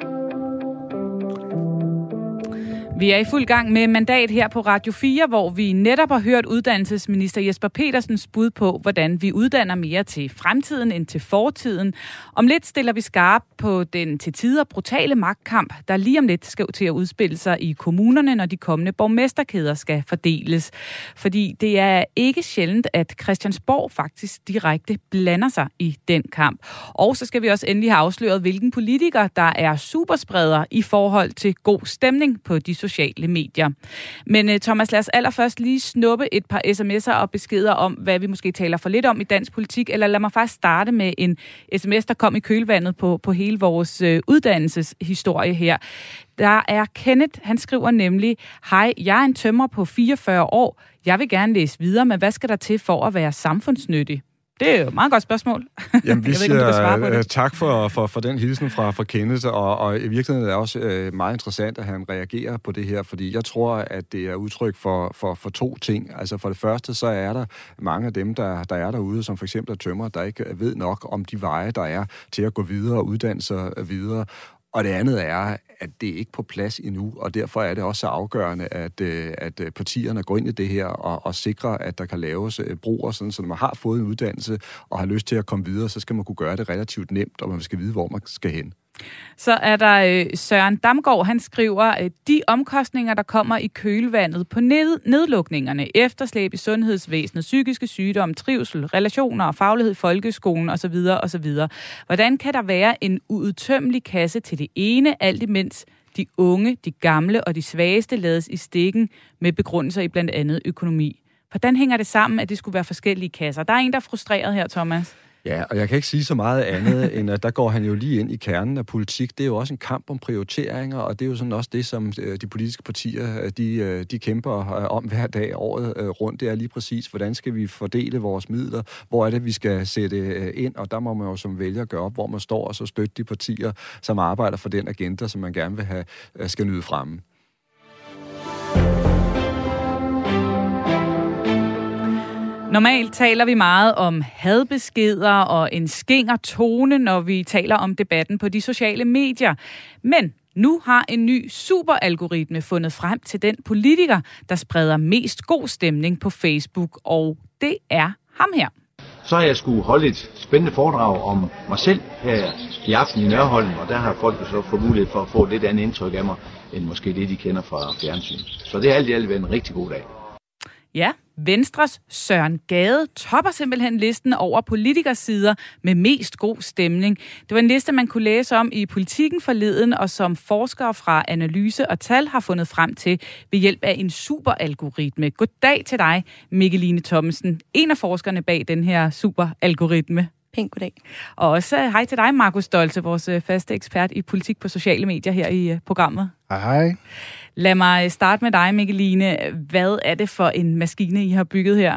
[SPEAKER 5] Vi er i fuld gang med mandat her på Radio 4, hvor vi netop har hørt uddannelsesminister Jesper Petersens bud på, hvordan vi uddanner mere til fremtiden end til fortiden. Om lidt stiller vi skarp på den til tider brutale magtkamp, der lige om lidt skal til at udspille sig i kommunerne, når de kommende borgmesterkæder skal fordeles. Fordi det er ikke sjældent, at Christiansborg faktisk direkte blander sig i den kamp. Og så skal vi også endelig have afsløret, hvilken politiker, der er superspreder i forhold til god stemning på de sociale medier. Men Thomas, lad os allerførst lige snuppe et par sms'er og beskeder om, hvad vi måske taler for lidt om i dansk politik, eller lad mig faktisk starte med en sms, der kom i kølvandet på hele vores uddannelseshistorie her. Der er Kenneth, han skriver nemlig: Hej, jeg er en tømrer på 44 år. Jeg vil gerne læse videre, men hvad skal der til for at være samfundsnyttig? Det er jo et meget godt spørgsmål.
[SPEAKER 8] Jamen, vi siger tak for den hilsen fra Kenneth, og i virkeligheden er det også meget interessant, at han reagerer på det her, fordi jeg tror, at det er udtryk for to ting. Altså for det første, så er der mange af dem, der er derude, som for eksempel er tømrer, der ikke ved nok om de veje, der er til at gå videre og uddanne sig videre. Og det andet er, at det ikke er på plads endnu, og derfor er det også så afgørende, at partierne går ind i det her og sikrer, at der kan laves broer, sådan, så når man har fået en uddannelse og har lyst til at komme videre, så skal man kunne gøre det relativt nemt, og man skal vide, hvor man skal hen.
[SPEAKER 5] Så er der Søren Damgaard, han skriver, de omkostninger, der kommer i kølvandet på nedlukningerne, efterslæb i sundhedsvæsenet, psykiske sygdomme, trivsel, relationer og faglighed i folkeskolen osv. osv. Hvordan kan der være en uudtømmelig kasse til det ene, alt imens de unge, de gamle og de svageste lades i stikken med begrundelser i blandt andet økonomi? Hvordan hænger det sammen, at det skulle være forskellige kasser? Der er en, der er frustreret her, Thomas.
[SPEAKER 8] Ja, og jeg kan ikke sige så meget andet, end at der går han jo lige ind i kernen af politik. Det er jo også en kamp om prioriteringer, og det er jo sådan også det, som de politiske partier, de kæmper om hver dag året rundt. Det er lige præcis, hvordan skal vi fordele vores midler? Hvor er det, vi skal sætte ind? Og der må man jo som vælger gøre op, hvor man står, og så støtte de partier, som arbejder for den agenda, som man gerne vil have, skal nyde fremme.
[SPEAKER 5] Normalt taler vi meget om hadbeskeder og en skinger tone, når vi taler om debatten på de sociale medier. Men nu har en ny superalgoritme fundet frem til den politiker, der spreder mest god stemning på Facebook, og det er ham her.
[SPEAKER 18] Så har jeg skulle holde et spændende foredrag om mig selv her i aften i Nørholm, og der har folk jo så fået mulighed for at få et lidt andet indtryk af mig, end måske det, de kender fra fjernsyn. Så det har alt i alt været en rigtig god dag.
[SPEAKER 5] Ja, Venstres Søren Gade topper simpelthen listen over politikersider med mest god stemning. Det var en liste, man kunne læse om i Politikken forleden, og som forskere fra Analyse og Tal har fundet frem til ved hjælp af en superalgoritme. Goddag til dig, Mikkeline Thomsen, en af forskerne bag den her superalgoritme.
[SPEAKER 19] Pænt goddag.
[SPEAKER 5] Og også hej til dig, Markus Stolte, vores faste ekspert i politik på sociale medier her i programmet.
[SPEAKER 20] Hej.
[SPEAKER 5] Lad mig starte med dig, Mikkeline. Hvad er det for en maskine, I har bygget her?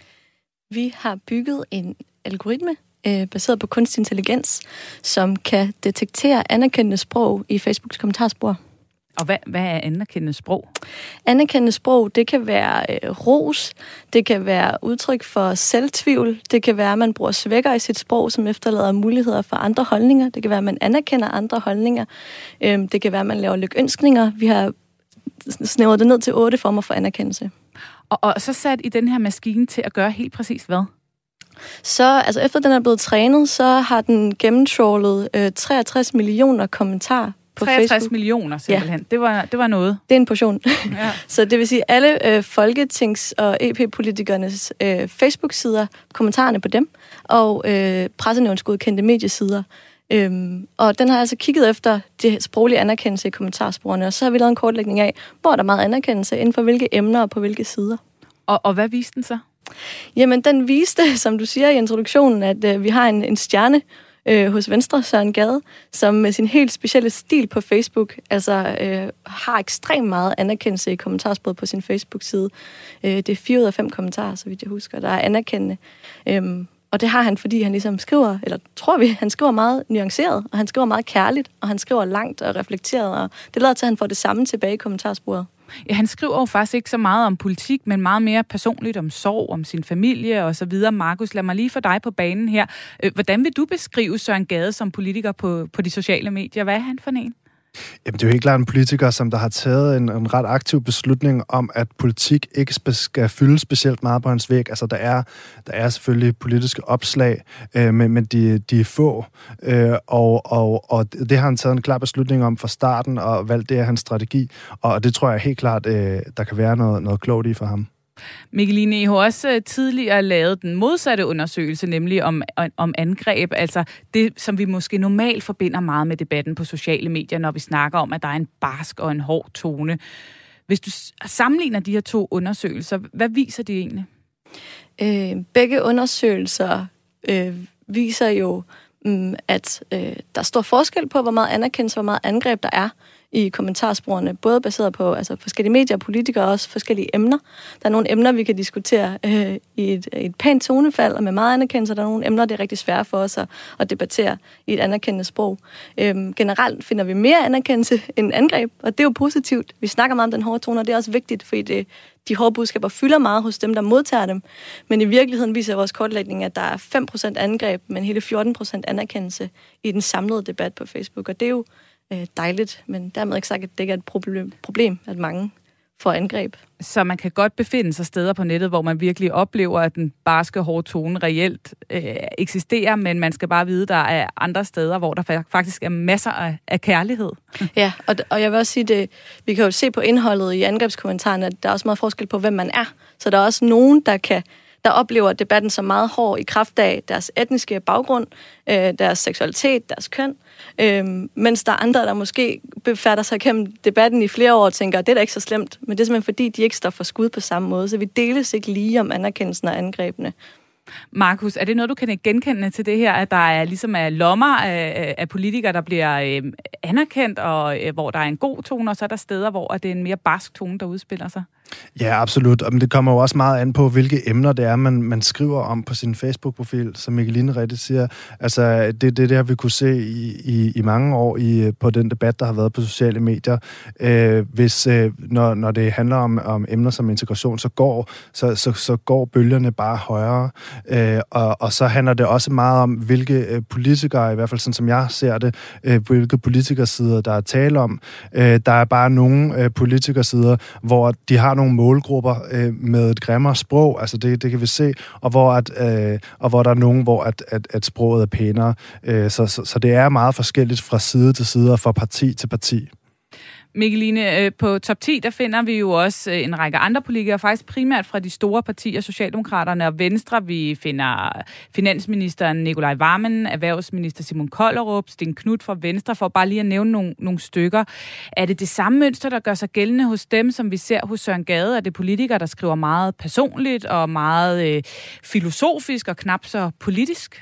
[SPEAKER 19] Vi har bygget en algoritme baseret på kunstig intelligens, som kan detektere anerkendende sprog i Facebooks kommentarspor.
[SPEAKER 5] Og hvad er anerkendende sprog?
[SPEAKER 19] Anerkendende sprog, det kan være ros, det kan være udtryk for selvtvivl, det kan være, at man bruger svækker i sit sprog, som efterlader muligheder for andre holdninger, det kan være, at man anerkender andre holdninger, det kan være, at man laver lykønskninger. Vi har snævret det ned til 8 former for anerkendelse.
[SPEAKER 5] Og så sat I den her maskine til at gøre helt præcis hvad?
[SPEAKER 19] Så altså efter den er blevet trænet, så har den gennemtrawlet 63 millioner kommentarer på
[SPEAKER 5] 63
[SPEAKER 19] Facebook.
[SPEAKER 5] millioner simpelthen. Ja. Det var noget.
[SPEAKER 19] Det er en portion.
[SPEAKER 5] Ja.
[SPEAKER 19] Så det vil sige, alle folketings- og EP-politikernes Facebook-sider, kommentarerne på dem, og pressenævnsgodkendte mediesider. Og den har altså kigget efter det sproglige anerkendelse i kommentarsporene, og så har vi lavet en kortlægning af, hvor der er meget anerkendelse, inden for hvilke emner og på hvilke sider.
[SPEAKER 5] Og hvad viste den så?
[SPEAKER 19] Jamen, den viste, som du siger i introduktionen, at vi har en stjerne hos Venstre, Søren Gade, som med sin helt specielle stil på Facebook, altså har ekstremt meget anerkendelse i kommentarsporet på sin Facebook-side. Det er 4 ud af 5 kommentarer, så vidt jeg husker, der er anerkendende. Og det har han, fordi han ligesom skriver, eller tror vi, han skriver meget nuanceret, og han skriver meget kærligt, og han skriver langt og reflekteret, og det lader til, at han får det samme tilbage i kommentarsporet.
[SPEAKER 5] Ja, han skriver jo faktisk ikke så meget om politik, men meget mere personligt om sorg, om sin familie og så videre. Markus, lad mig lige få dig på banen her. Hvordan vil du beskrive Søren Gade som politiker på de sociale medier? Hvad er han for en?
[SPEAKER 20] Jamen, det er jo helt klart en politiker, som der har taget en ret aktiv beslutning om, at politik ikke skal fylde specielt meget på hans væg. Altså, der er selvfølgelig politiske opslag, men de er få, og det har han taget en klar beslutning om fra starten, og valgt det af hans strategi, og det tror jeg helt klart, der kan være noget klogt i for ham.
[SPEAKER 5] Mikkeline, I har også tidligere lavet den modsatte undersøgelse, nemlig om angreb, altså det, som vi måske normalt forbinder meget med debatten på sociale medier, når vi snakker om, at der er en barsk og en hård tone. Hvis du sammenligner de her 2 undersøgelser, hvad viser de egentlig?
[SPEAKER 19] Begge undersøgelser viser jo, at der er stor forskel på, hvor meget anerkendelse og hvor meget angreb der er i kommentarsporene, både baseret på forskellige medier og politikere, og også forskellige emner. Der er nogle emner, vi kan diskutere i et pænt tonefald, og med meget anerkendelse. Der er nogle emner, det er rigtig svært for os at debattere i et anerkendende sprog. Generelt finder vi mere anerkendelse end angreb, og det er jo positivt. Vi snakker meget om den hårde tone, og det er også vigtigt, fordi de hårde budskaber fylder meget hos dem, der modtager dem. Men i virkeligheden viser vores kortlægning, at der er 5% angreb, men hele 14% anerkendelse i den samlede debat på Facebook, og det er jo dejligt, men dermed ikke sagt, at det ikke er et problem, at mange får angreb.
[SPEAKER 5] Så man kan godt befinde sig steder på nettet, hvor man virkelig oplever, at den barske hårde tone reelt eksisterer, men man skal bare vide, at der er andre steder, hvor der faktisk er masser af kærlighed.
[SPEAKER 19] Ja, og jeg vil også sige, at vi kan jo se på indholdet i angrebskommentarerne, at der er også meget forskel på, hvem man er. Så der er også nogen, der oplever debatten som meget hård i kraft af deres etniske baggrund, deres seksualitet, deres køn, mens der er andre, der måske befatter sig gennem debatten i flere år og tænker, at det er da ikke så slemt, men det er simpelthen fordi, de ikke står for skud på samme måde, så vi deles ikke lige om anerkendelsen og angrebene.
[SPEAKER 5] Markus, er det noget, du kan genkende til det her, at der er ligesom lommer af politikere, der bliver anerkendt, og hvor der er en god tone, og så er der steder, hvor det er en mere barsk tone, der udspiller sig?
[SPEAKER 20] Ja, absolut. Men det kommer jo også meget an på, hvilke emner det er, man skriver om på sin Facebook-profil, som Mikkeline rigtig siger. Altså, det har vi kunne se i mange år på den debat, der har været på sociale medier. Når det handler om emner som integration, så går bølgerne bare højere. Og så handler det også meget om, hvilke politikere, i hvert fald sådan som jeg ser det, hvilke politikersider, der er tale om. Der er bare nogle politikersider, hvor de har nogle målgrupper med et grimmere sprog, altså det kan vi se, og hvor der er nogen, hvor at sproget er pænere. Så det er meget forskelligt fra side til side og fra parti til parti.
[SPEAKER 5] Mikkeline, på top 10, der finder vi jo også en række andre politikere, faktisk primært fra de store partier, Socialdemokraterne og Venstre. Vi finder finansministeren Nicolai Wammen, erhvervsminister Simon Kollerup, Stén Knuth fra Venstre, for bare lige at nævne nogle stykker. Er det det samme mønster, der gør sig gældende hos dem, som vi ser hos Søren Gade? Er det politikere, der skriver meget personligt og meget filosofisk og knap så politisk?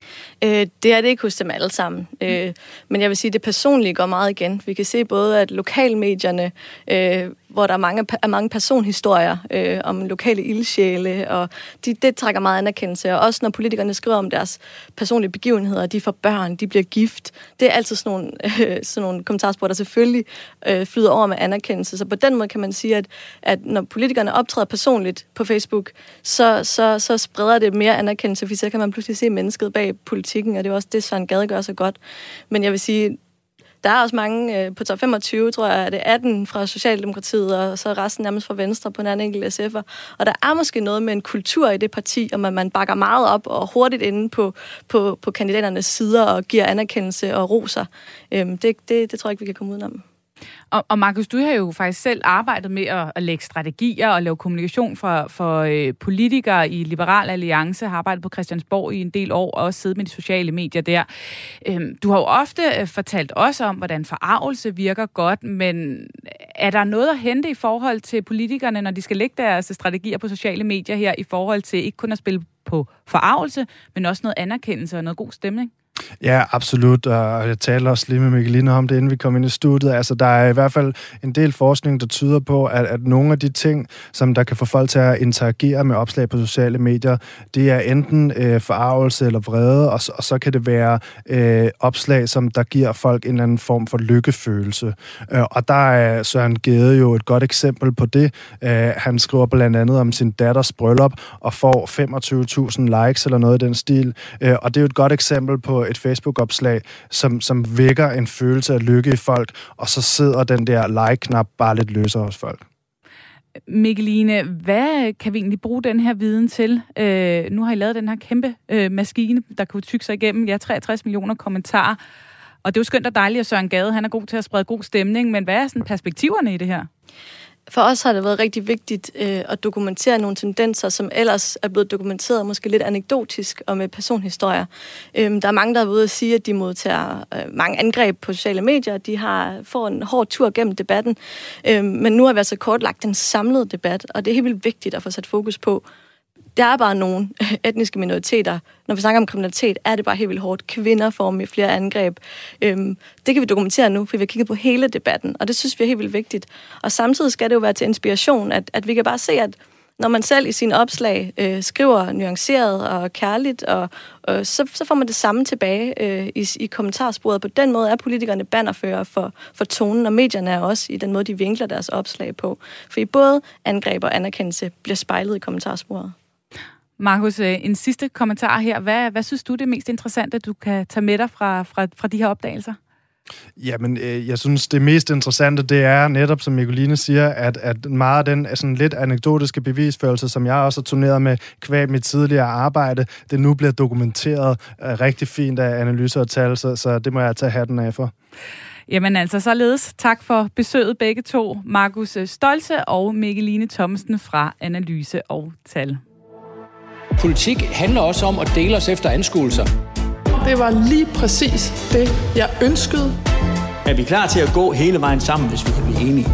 [SPEAKER 19] Det er det ikke hos dem alle sammen. Men jeg vil sige, at det personlige går meget igen. Vi kan se både, at lokalmedierne, hvor der er mange personhistorier om lokale ildsjæle, og det trækker meget anerkendelse. Og også når politikerne skriver om deres personlige begivenheder, de får børn, de bliver gift. Det er altid sådan nogle kommentarspor, der selvfølgelig flyder over med anerkendelse. Så på den måde kan man sige, at når politikerne optræder personligt på Facebook, så spreder det mere anerkendelse, for så kan man pludselig se mennesket bag politikken, og det er også det, Søren Gade gør så godt. Men jeg vil sige, der er også mange på top 25, tror jeg, det er 18 fra Socialdemokratiet, og så resten nærmest fra Venstre på en anden enkelt SF'er. Og der er måske noget med en kultur i det parti, om at man bakker meget op og hurtigt inde på kandidaternes sider og giver anerkendelse og roser. Det tror jeg ikke, vi kan komme udenom.
[SPEAKER 5] Og Markus, du har jo faktisk selv arbejdet med at lægge strategier og lave kommunikation for politikere i Liberal Alliance, har arbejdet på Christiansborg i en del år, og også siddet med de sociale medier der. Du har jo ofte fortalt os om, hvordan forargelse virker godt, men er der noget at hente i forhold til politikerne, når de skal lægge deres strategier på sociale medier her, i forhold til ikke kun at spille på forargelse, men også noget anerkendelse og noget god stemning?
[SPEAKER 20] Ja, absolut, og jeg taler også lige med Mikkeline om det, inden vi kom ind i studiet. Altså, der er i hvert fald en del forskning, der tyder på, at nogle af de ting, som der kan få folk til at interagere med opslag på sociale medier, det er enten forargelse eller vrede, og så kan det være opslag, som der giver folk en eller anden form for lykkefølelse. Og der er Søren Gade jo et godt eksempel på det. Han skriver blandt andet om sin datters bryllup og får 25.000 likes eller noget i den stil. Og det er jo et godt eksempel på et Facebook-opslag, som vækker en følelse af lykke i folk, og så sidder den der like-knap bare lidt løsere hos folk.
[SPEAKER 5] Mikkeline, hvad kan vi egentlig bruge den her viden til? Nu har I lavet den her kæmpe maskine, der kunne tykke sig igennem 63 millioner kommentarer, og det er jo skønt og dejligt, at Søren Gade, han er god til at sprede god stemning, men hvad er sådan perspektiverne i det her?
[SPEAKER 19] For os har det været rigtig vigtigt at dokumentere nogle tendenser, som ellers er blevet dokumenteret måske lidt anekdotisk og med personhistorier. Der er mange, der er ude at sige, at de modtager mange angreb på sociale medier. De får en hård tur gennem debatten. Men nu har vi altså kortlagt den samlede debat, og det er helt vildt vigtigt at få sat fokus på. Der er bare nogle etniske minoriteter. Når vi snakker om kriminalitet, er det bare helt vildt hårdt. Kvinder får med flere angreb. Det kan vi dokumentere nu, for vi har kigget på hele debatten, og det synes vi er helt vildt vigtigt. Og samtidig skal det jo være til inspiration, at vi kan bare se, at når man selv i sine opslag skriver nuanceret og kærligt, og så får man det samme tilbage i kommentarsporet. På den måde er politikerne bannerfører for tonen, og medierne er også i den måde, de vinkler deres opslag på. For i både angreb og anerkendelse bliver spejlet i kommentarsporet.
[SPEAKER 5] Markus, en sidste kommentar her. Hvad synes du det mest interessante, du kan tage med dig fra de her opdagelser?
[SPEAKER 20] Jamen, jeg synes, det mest interessante, det er netop, som Mikkeline siger, at meget af den sådan lidt anekdotiske bevisførelse, som jeg også har turneret med kvæg mit tidligere arbejde, det nu bliver dokumenteret rigtig fint af analyser og tal, så det må jeg tage hatten af for.
[SPEAKER 5] Jamen altså, således tak for besøget begge to, Markus Stolze og Mikkeline Thomsen fra Analyse og Tal.
[SPEAKER 4] Politik handler også om at dele os efter anskuelser.
[SPEAKER 10] Det var lige præcis det, jeg ønskede.
[SPEAKER 3] Er vi klar til at gå hele vejen sammen, hvis vi kan blive enige?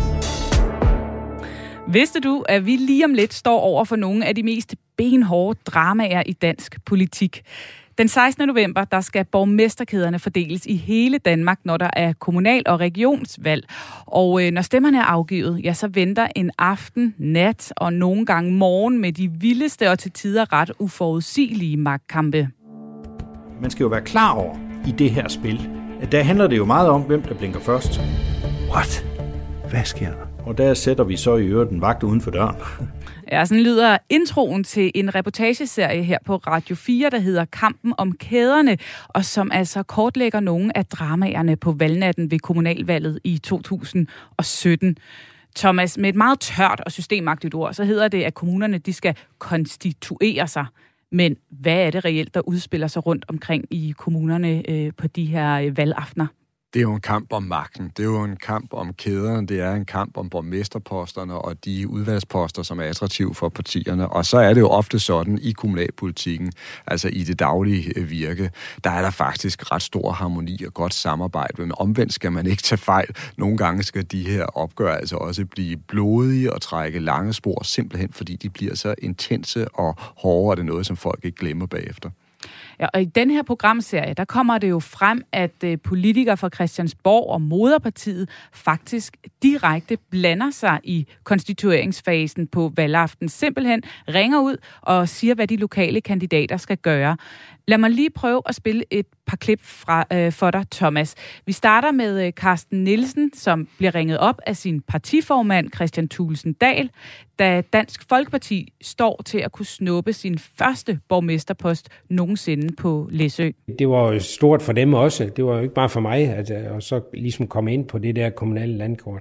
[SPEAKER 5] Vidste du, at vi lige om lidt står over for nogle af de mest benhårde dramaer i dansk politik? Den 16. november, der skal borgmesterkæderne fordeles i hele Danmark, når der er kommunal- og regionsvalg. Og når stemmerne er afgivet, ja, så venter en aften, nat og nogle gange morgen med de vildeste og til tider ret uforudsigelige magtkampe.
[SPEAKER 7] Man skal jo være klar over i det her spil, at der handler det jo meget om, hvem der blinker først.
[SPEAKER 3] What? Hvad sker der?
[SPEAKER 7] Og der sætter vi så i øvrigt en vagt uden for døren.
[SPEAKER 5] Ja, sådan lyder introen til en reportageserie her på Radio 4, der hedder Kampen om kæderne, og som altså kortlægger nogle af dramaerne på valgnatten ved kommunalvalget i 2017. Thomas, med et meget tørt og systemagtigt ord, så hedder det, at kommunerne de skal konstituere sig. Men hvad er det reelt, der udspiller sig rundt omkring i kommunerne på de her valgaftener?
[SPEAKER 8] Det er jo en kamp om magten. Det er jo en kamp om kæderne. Det er en kamp om borgmesterposterne og de udvalgsposter, som er attraktive for partierne. Og så er det jo ofte sådan i kommunalpolitikken, altså i det daglige virke, der er der faktisk ret stor harmoni og godt samarbejde. Men omvendt skal man ikke tage fejl. Nogle gange skal de her opgør altså også blive blodige og trække lange spor, simpelthen fordi de bliver så intense og hårde, og det er noget, som folk ikke glemmer bagefter.
[SPEAKER 5] Ja, og i den her programserie, der kommer det jo frem, at politikere fra Christiansborg og Moderpartiet faktisk direkte blander sig i konstitueringsfasen på valgaften. Simpelthen ringer ud og siger, hvad de lokale kandidater skal gøre. Lad mig lige prøve at spille et par klip for dig, Thomas. Vi starter med Carsten Nielsen, som bliver ringet op af sin partiformand, Kristian Thulesen Dahl, da Dansk Folkeparti står til at kunne snuppe sin første borgmesterpost nogensinde på Læsø.
[SPEAKER 21] Det var jo stort for dem også. Det var jo ikke bare for mig, at så ligesom komme ind på det der kommunale landkort.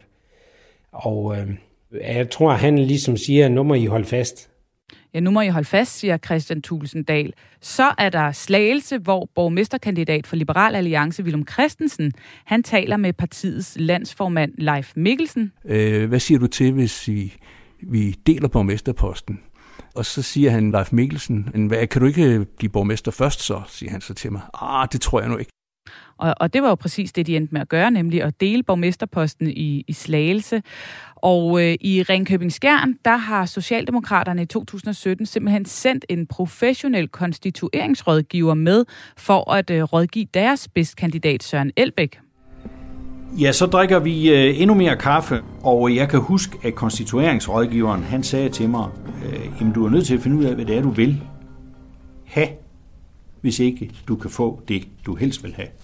[SPEAKER 21] Og jeg tror, han ligesom siger, nu må I holde fast.
[SPEAKER 5] Ja, nu må I holde fast, siger Kristian Thulesen Dahl. Så er der Slagelse, hvor borgmesterkandidat for Liberal Alliance, Villum Christensen, han taler med partiets landsformand Leif Mikkelsen.
[SPEAKER 22] Hvad siger du til, hvis vi deler borgmesterposten? Og så siger han, Leif Mikkelsen, kan du ikke blive borgmester først så, siger han så til mig. Det tror jeg nu ikke.
[SPEAKER 5] Og det var jo præcis det, de endte med at gøre, nemlig at dele borgmesterposten i Slagelse. Og i Ringkøbing-Skjern, der har Socialdemokraterne i 2017 simpelthen sendt en professionel konstitueringsrådgiver med for at rådgive deres spidskandidat Søren Elbæk.
[SPEAKER 7] Ja, så drikker vi endnu mere kaffe, og jeg kan huske, at konstitueringsrådgiveren, han sagde til mig, jamen du er nødt til at finde ud af, hvad det er, du vil have, hvis ikke du kan få det, du helst vil have.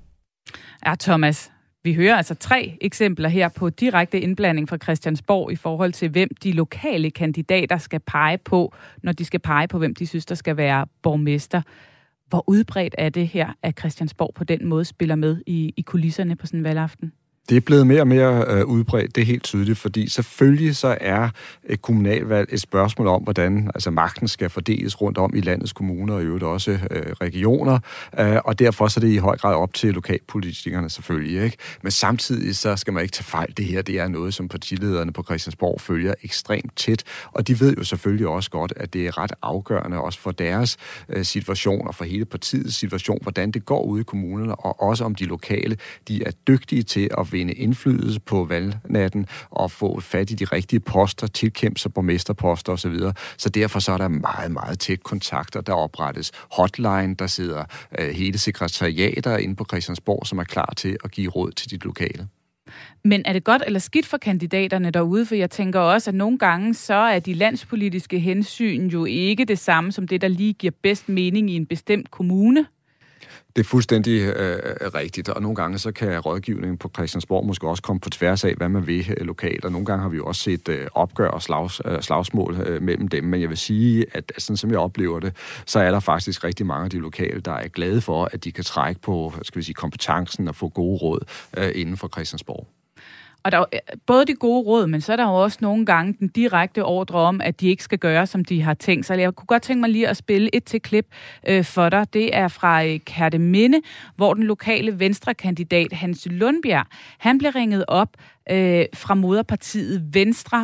[SPEAKER 5] Ja, Thomas, vi hører altså 3 eksempler her på direkte indblanding fra Christiansborg i forhold til, hvem de lokale kandidater skal pege på, når de skal pege på, hvem de synes, der skal være borgmester. Hvor udbredt er det her, at Christiansborg på den måde spiller med i kulisserne på sådan en valgaften?
[SPEAKER 8] Det er blevet mere og mere udbredt, det er helt tydeligt, fordi selvfølgelig så er et kommunalvalg et spørgsmål om, hvordan altså magten skal fordeles rundt om i landets kommuner og i øvrigt også regioner, og derfor så er det i høj grad op til lokalpolitikerne selvfølgelig, ikke? Men samtidig så skal man ikke tage fejl. Det her, det er noget, som partilederne på Christiansborg følger ekstremt tæt, og de ved jo selvfølgelig også godt, at det er ret afgørende også for deres situation og for hele partiets situation, hvordan det går ude i kommunerne, og også om de lokale, de er dygtige til at vinde indflydelse på valgnatten og få fat i de rigtige poster, tilkæmpe sig borgmesterposter osv. Så derfor så er der meget, meget tæt kontakter. Der oprettes hotline, der sidder hele sekretariater inde på Christiansborg, som er klar til at give råd til de lokale.
[SPEAKER 5] Men er det godt eller skidt for kandidaterne derude? For jeg tænker også, at nogle gange så er de landspolitiske hensyn jo ikke det samme som det, der lige giver bedst mening i en bestemt kommune.
[SPEAKER 8] Det er fuldstændig rigtigt, og nogle gange så kan rådgivningen på Christiansborg måske også komme på tværs af, hvad man vil lokalt, og nogle gange har vi jo også set opgør og slagsmål mellem dem, men jeg vil sige, at sådan som jeg oplever det, så er der faktisk rigtig mange af de lokale, der er glade for, at de kan trække på kompetencen og få gode råd inden for Christiansborg.
[SPEAKER 5] Og der er både de gode råd, men så er der jo også nogle gange den direkte ordre om, at de ikke skal gøre, som de har tænkt sig. Jeg kunne godt tænke mig lige at spille et til klip for dig. Det er fra Kerteminde, hvor den lokale Venstre-kandidat Hans Lundbjerg, han blev ringet op fra Moderpartiet Venstre,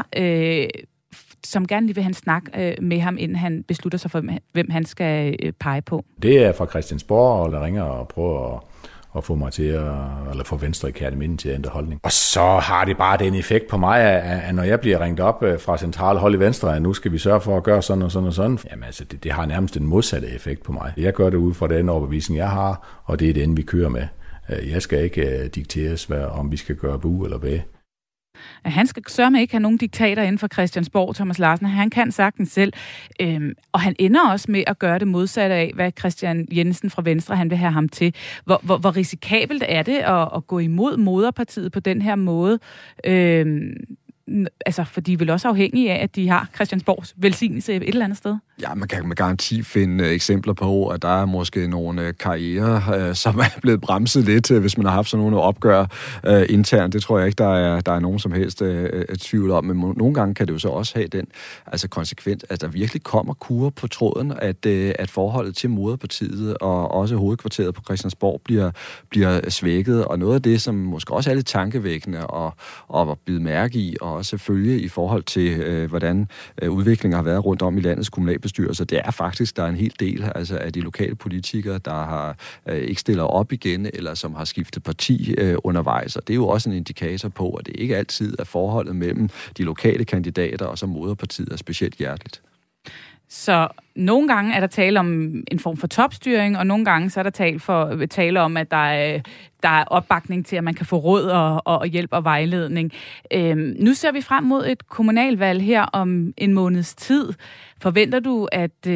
[SPEAKER 5] som gerne lige vil han snakke med ham, inden han beslutter sig for, hvem han skal pege på.
[SPEAKER 23] Det er fra Christiansborg, der ringer og prøver at få mig til eller få Venstre i Kerteminde til at ændre holdning. Og så har det bare den effekt på mig, at når jeg bliver ringet op fra centrale hold i Venstre, at nu skal vi sørge for at gøre sådan og sådan og sådan. Jamen altså, det har nærmest en modsatte effekt på mig. Jeg gør det ud fra den overbevisning, jeg har, og det er den, vi kører med. Jeg skal ikke dikteres, om vi skal gøre bu eller bæ.
[SPEAKER 5] Han skal sørme ikke have nogen diktater inden for Christiansborg, Thomas Larsen. Han kan sagtens selv. Og han ender også med at gøre det modsatte af, hvad Christian Jensen fra Venstre han vil have ham til. Hvor risikabelt er det at gå imod Moderpartiet på den her måde? Altså, for de er vel også afhængige af, at de har Christiansborgs velsignelse et eller andet sted?
[SPEAKER 8] Ja, man kan med garanti finde eksempler på, at der er måske nogle karrierer, som er blevet bremset lidt, hvis man har haft sådan nogle opgør internt. Det tror jeg ikke, der er nogen som helst tvivl om. Men nogle gange kan det jo så også have den konsekvens, at der virkelig kommer kurre på tråden, at forholdet til moderpartiet og også hovedkvarteret på Christiansborg bliver svækket. Og noget af det, som måske også er lidt tankevækkende og bide mærke i, og også følge i forhold til, hvordan udviklingen har været rundt om i landets kommunalbestyrelser, det er faktisk, der er en hel del af de lokale politikere, der har ikke stiller op igen, eller som har skiftet parti undervejs. Og det er jo også en indikator på, at det ikke altid er forholdet mellem de lokale kandidater og så moderpartiet er specielt hjerteligt.
[SPEAKER 5] Så nogle gange er der tale om en form for topstyring, og nogle gange så er der tale om, at der er opbakning til, at man kan få råd og hjælp og vejledning. Nu ser vi frem mod et kommunalvalg her om en måneds tid. Forventer du,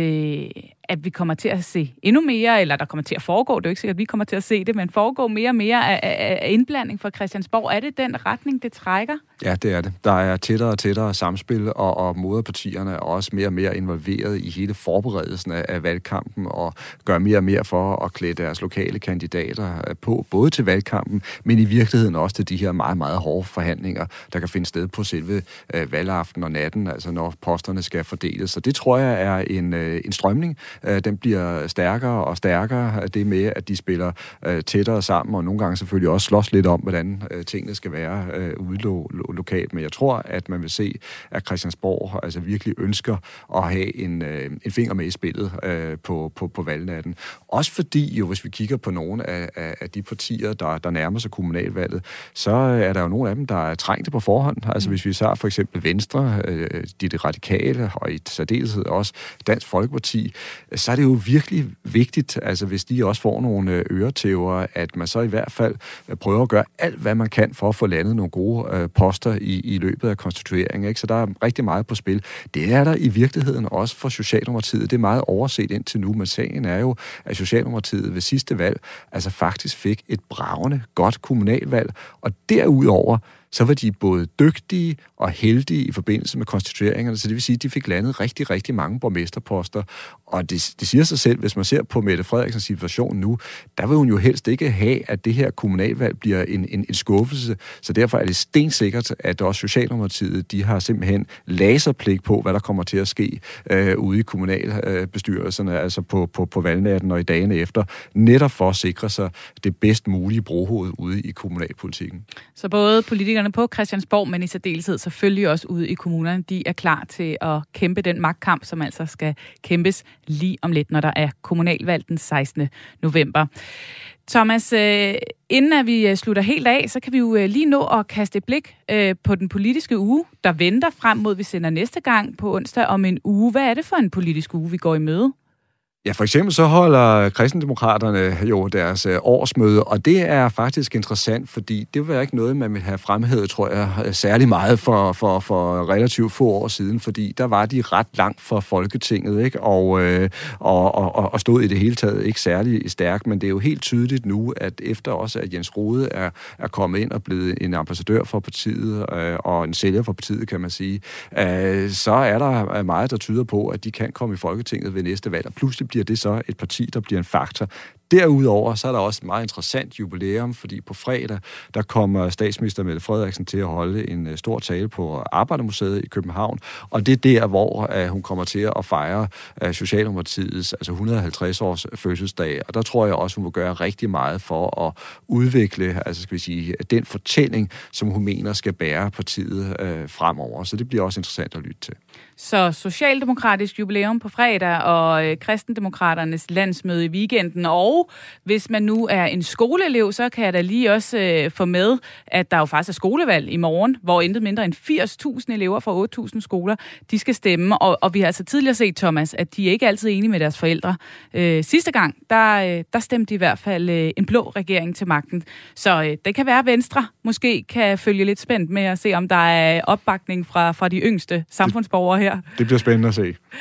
[SPEAKER 5] at vi kommer til at se endnu mere, eller der kommer til at foregå, det er jo ikke sikkert, at vi kommer til at se det, men foregå mere og mere af indblanding fra Christiansborg? Er det den retning, det trækker? Ja, det er det. Der er tættere og tættere samspil, og moderpartierne er også mere og mere involveret i hele forberedelsen af valgkampen, og gør mere og mere for at klæde deres lokale kandidater på, både til valgkampen, men i virkeligheden også til de her meget, meget hårde forhandlinger, der kan finde sted på selve valgaften og natten, altså når posterne skal fordeles. Så det tror jeg er en strømning. Den bliver stærkere og stærkere. Det med, at de spiller tættere sammen, og nogle gange selvfølgelig også slås lidt om, hvordan tingene skal være ude lokalt. Men jeg tror, at man vil se, at Christiansborg altså virkelig ønsker at have en finger med i spillet på valgnatten. Også fordi, jo, hvis vi kigger på nogle af de partier, der nærmer sig kommunalvalget, så er der jo nogle af dem, der er trængte på forhånd. Altså hvis vi så for eksempel Venstre, de radikale, og i særdeleshed også Dansk Folkeparti, så er det jo virkelig vigtigt, altså hvis de også får nogle øretæver, at man så i hvert fald prøver at gøre alt, hvad man kan for at få landet nogle gode poster i løbet af konstitueringen. Ikke? Så der er rigtig meget på spil. Det er der i virkeligheden også for Socialdemokratiet. Det er meget overset indtil nu, men sagen er jo, at Socialdemokratiet ved sidste valg altså faktisk fik et bragende godt kommunalvalg, og derudover så var de både dygtige og heldige i forbindelse med konstitueringerne, så det vil sige, at de fik landet rigtig, rigtig mange borgmesterposter. Og det siger sig selv, hvis man ser på Mette Frederiksens situation nu, der vil hun jo helst ikke have, at det her kommunalvalg bliver en skuffelse. Så derfor er det stensikkert, at også Socialdemokratiet, de har simpelthen laserpligt på, hvad der kommer til at ske ude i kommunalbestyrelserne, altså på valgnatten og i dagene efter, netop for at sikre sig det bedst mulige brohoved ude i kommunalpolitikken. Så både politikerne på Christiansborg, men i særdeleshed selvfølgelig også ude i kommunerne, de er klar til at kæmpe den magtkamp, som altså skal kæmpes lige om lidt, når der er kommunalvalg den 16. november. Thomas, inden at vi slutter helt af, så kan vi jo lige nå at kaste et blik på den politiske uge, der venter frem mod, vi sender næste gang på onsdag om en uge. Hvad er det for en politisk uge, vi går i møde? Ja, for eksempel så holder Kristendemokraterne jo deres årsmøde, og det er faktisk interessant, fordi det var ikke noget, man ville have fremhævet, tror jeg, særlig meget for relativt få år siden, fordi der var de ret langt fra Folketinget, ikke? Og stod i det hele taget ikke særlig stærkt, men det er jo helt tydeligt nu, at efter også, at Jens Rohde er kommet ind og blevet en ambassadør for partiet, og en sælger for partiet, kan man sige, så er der meget, der tyder på, at de kan komme i Folketinget ved næste valg, og pludselig bliver det så et parti, der bliver en faktor. Derudover så er der også et meget interessant jubilæum, fordi på fredag, der kommer statsminister Mette Frederiksen til at holde en stor tale på Arbejdermuseet i København, og det er der, hvor hun kommer til at fejre Socialdemokratiets 150 års fødselsdag, og der tror jeg også, hun vil gøre rigtig meget for at udvikle, den fortælling, som hun mener skal bære partiet fremover, så det bliver også interessant at lytte til. Så socialdemokratisk jubilæum på fredag og Kristendemokraternes landsmøde i weekenden, og hvis man nu er en skoleelev, så kan jeg da lige også få med, at der jo faktisk er skolevalg i morgen, hvor intet mindre end 80.000 elever fra 8.000 skoler, de skal stemme, og vi har altså tidligere set, Thomas, at de er ikke altid enige med deres forældre. Sidste gang, der stemte de i hvert fald en blå regering til magten, så det kan være, at Venstre måske kan følge lidt spændt med at se, om der er opbakning fra de yngste samfundsborgere her. Det bliver spændende at se.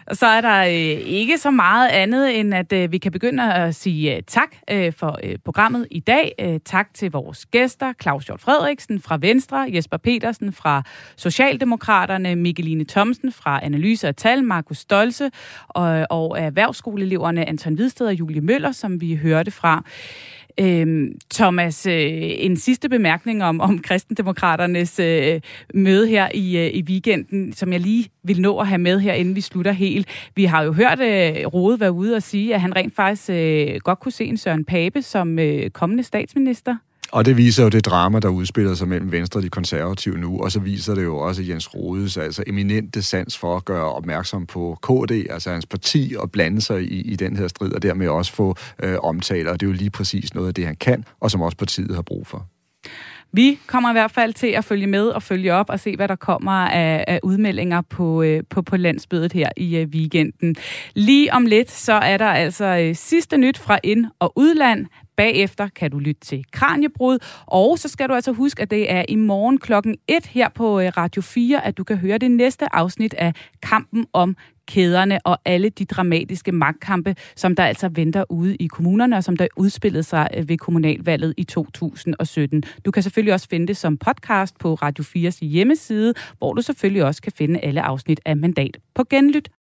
[SPEAKER 5] Og så er der ikke så meget andet, end at vi kan begynde at sige tak for programmet i dag. Tak til vores gæster, Claus Hjort Frederiksen fra Venstre, Jesper Petersen fra Socialdemokraterne, Mikkeline Thomsen fra Analyse og Tal, Markus Stolze og erhvervsskoleeleverne Anton Hvidsted og Julie Møller, som vi hørte fra. Thomas, en sidste bemærkning om Kristendemokraternes møde her i weekenden, som jeg lige vil nå at have med her, inden vi slutter helt. Vi har jo hørt Rode være ude og sige, at han rent faktisk godt kunne se en Søren Pape som kommende statsminister. Og det viser jo det drama, der udspiller sig mellem Venstre og de konservative nu, og så viser det jo også Jens Rodes altså eminente sans for at gøre opmærksom på KD, altså hans parti, og blande sig i den her strid, og dermed også få omtaler. Og det er jo lige præcis noget af det, han kan, og som også partiet har brug for. Vi kommer i hvert fald til at følge med og følge op og se, hvad der kommer af udmeldinger på landsmødet her i weekenden. Lige om lidt, så er der altså sidste nyt fra ind- og udland. Bagefter kan du lytte til Kraniebrud, og så skal du altså huske, at det er i morgen 1:00 her på Radio 4, at du kan høre det næste afsnit af Kampen om kæderne og alle de dramatiske magtkampe, som der altså venter ude i kommunerne, og som der udspillede sig ved kommunalvalget i 2017. Du kan selvfølgelig også finde det som podcast på Radio 4's hjemmeside, hvor du selvfølgelig også kan finde alle afsnit af Mandat. På genlyt.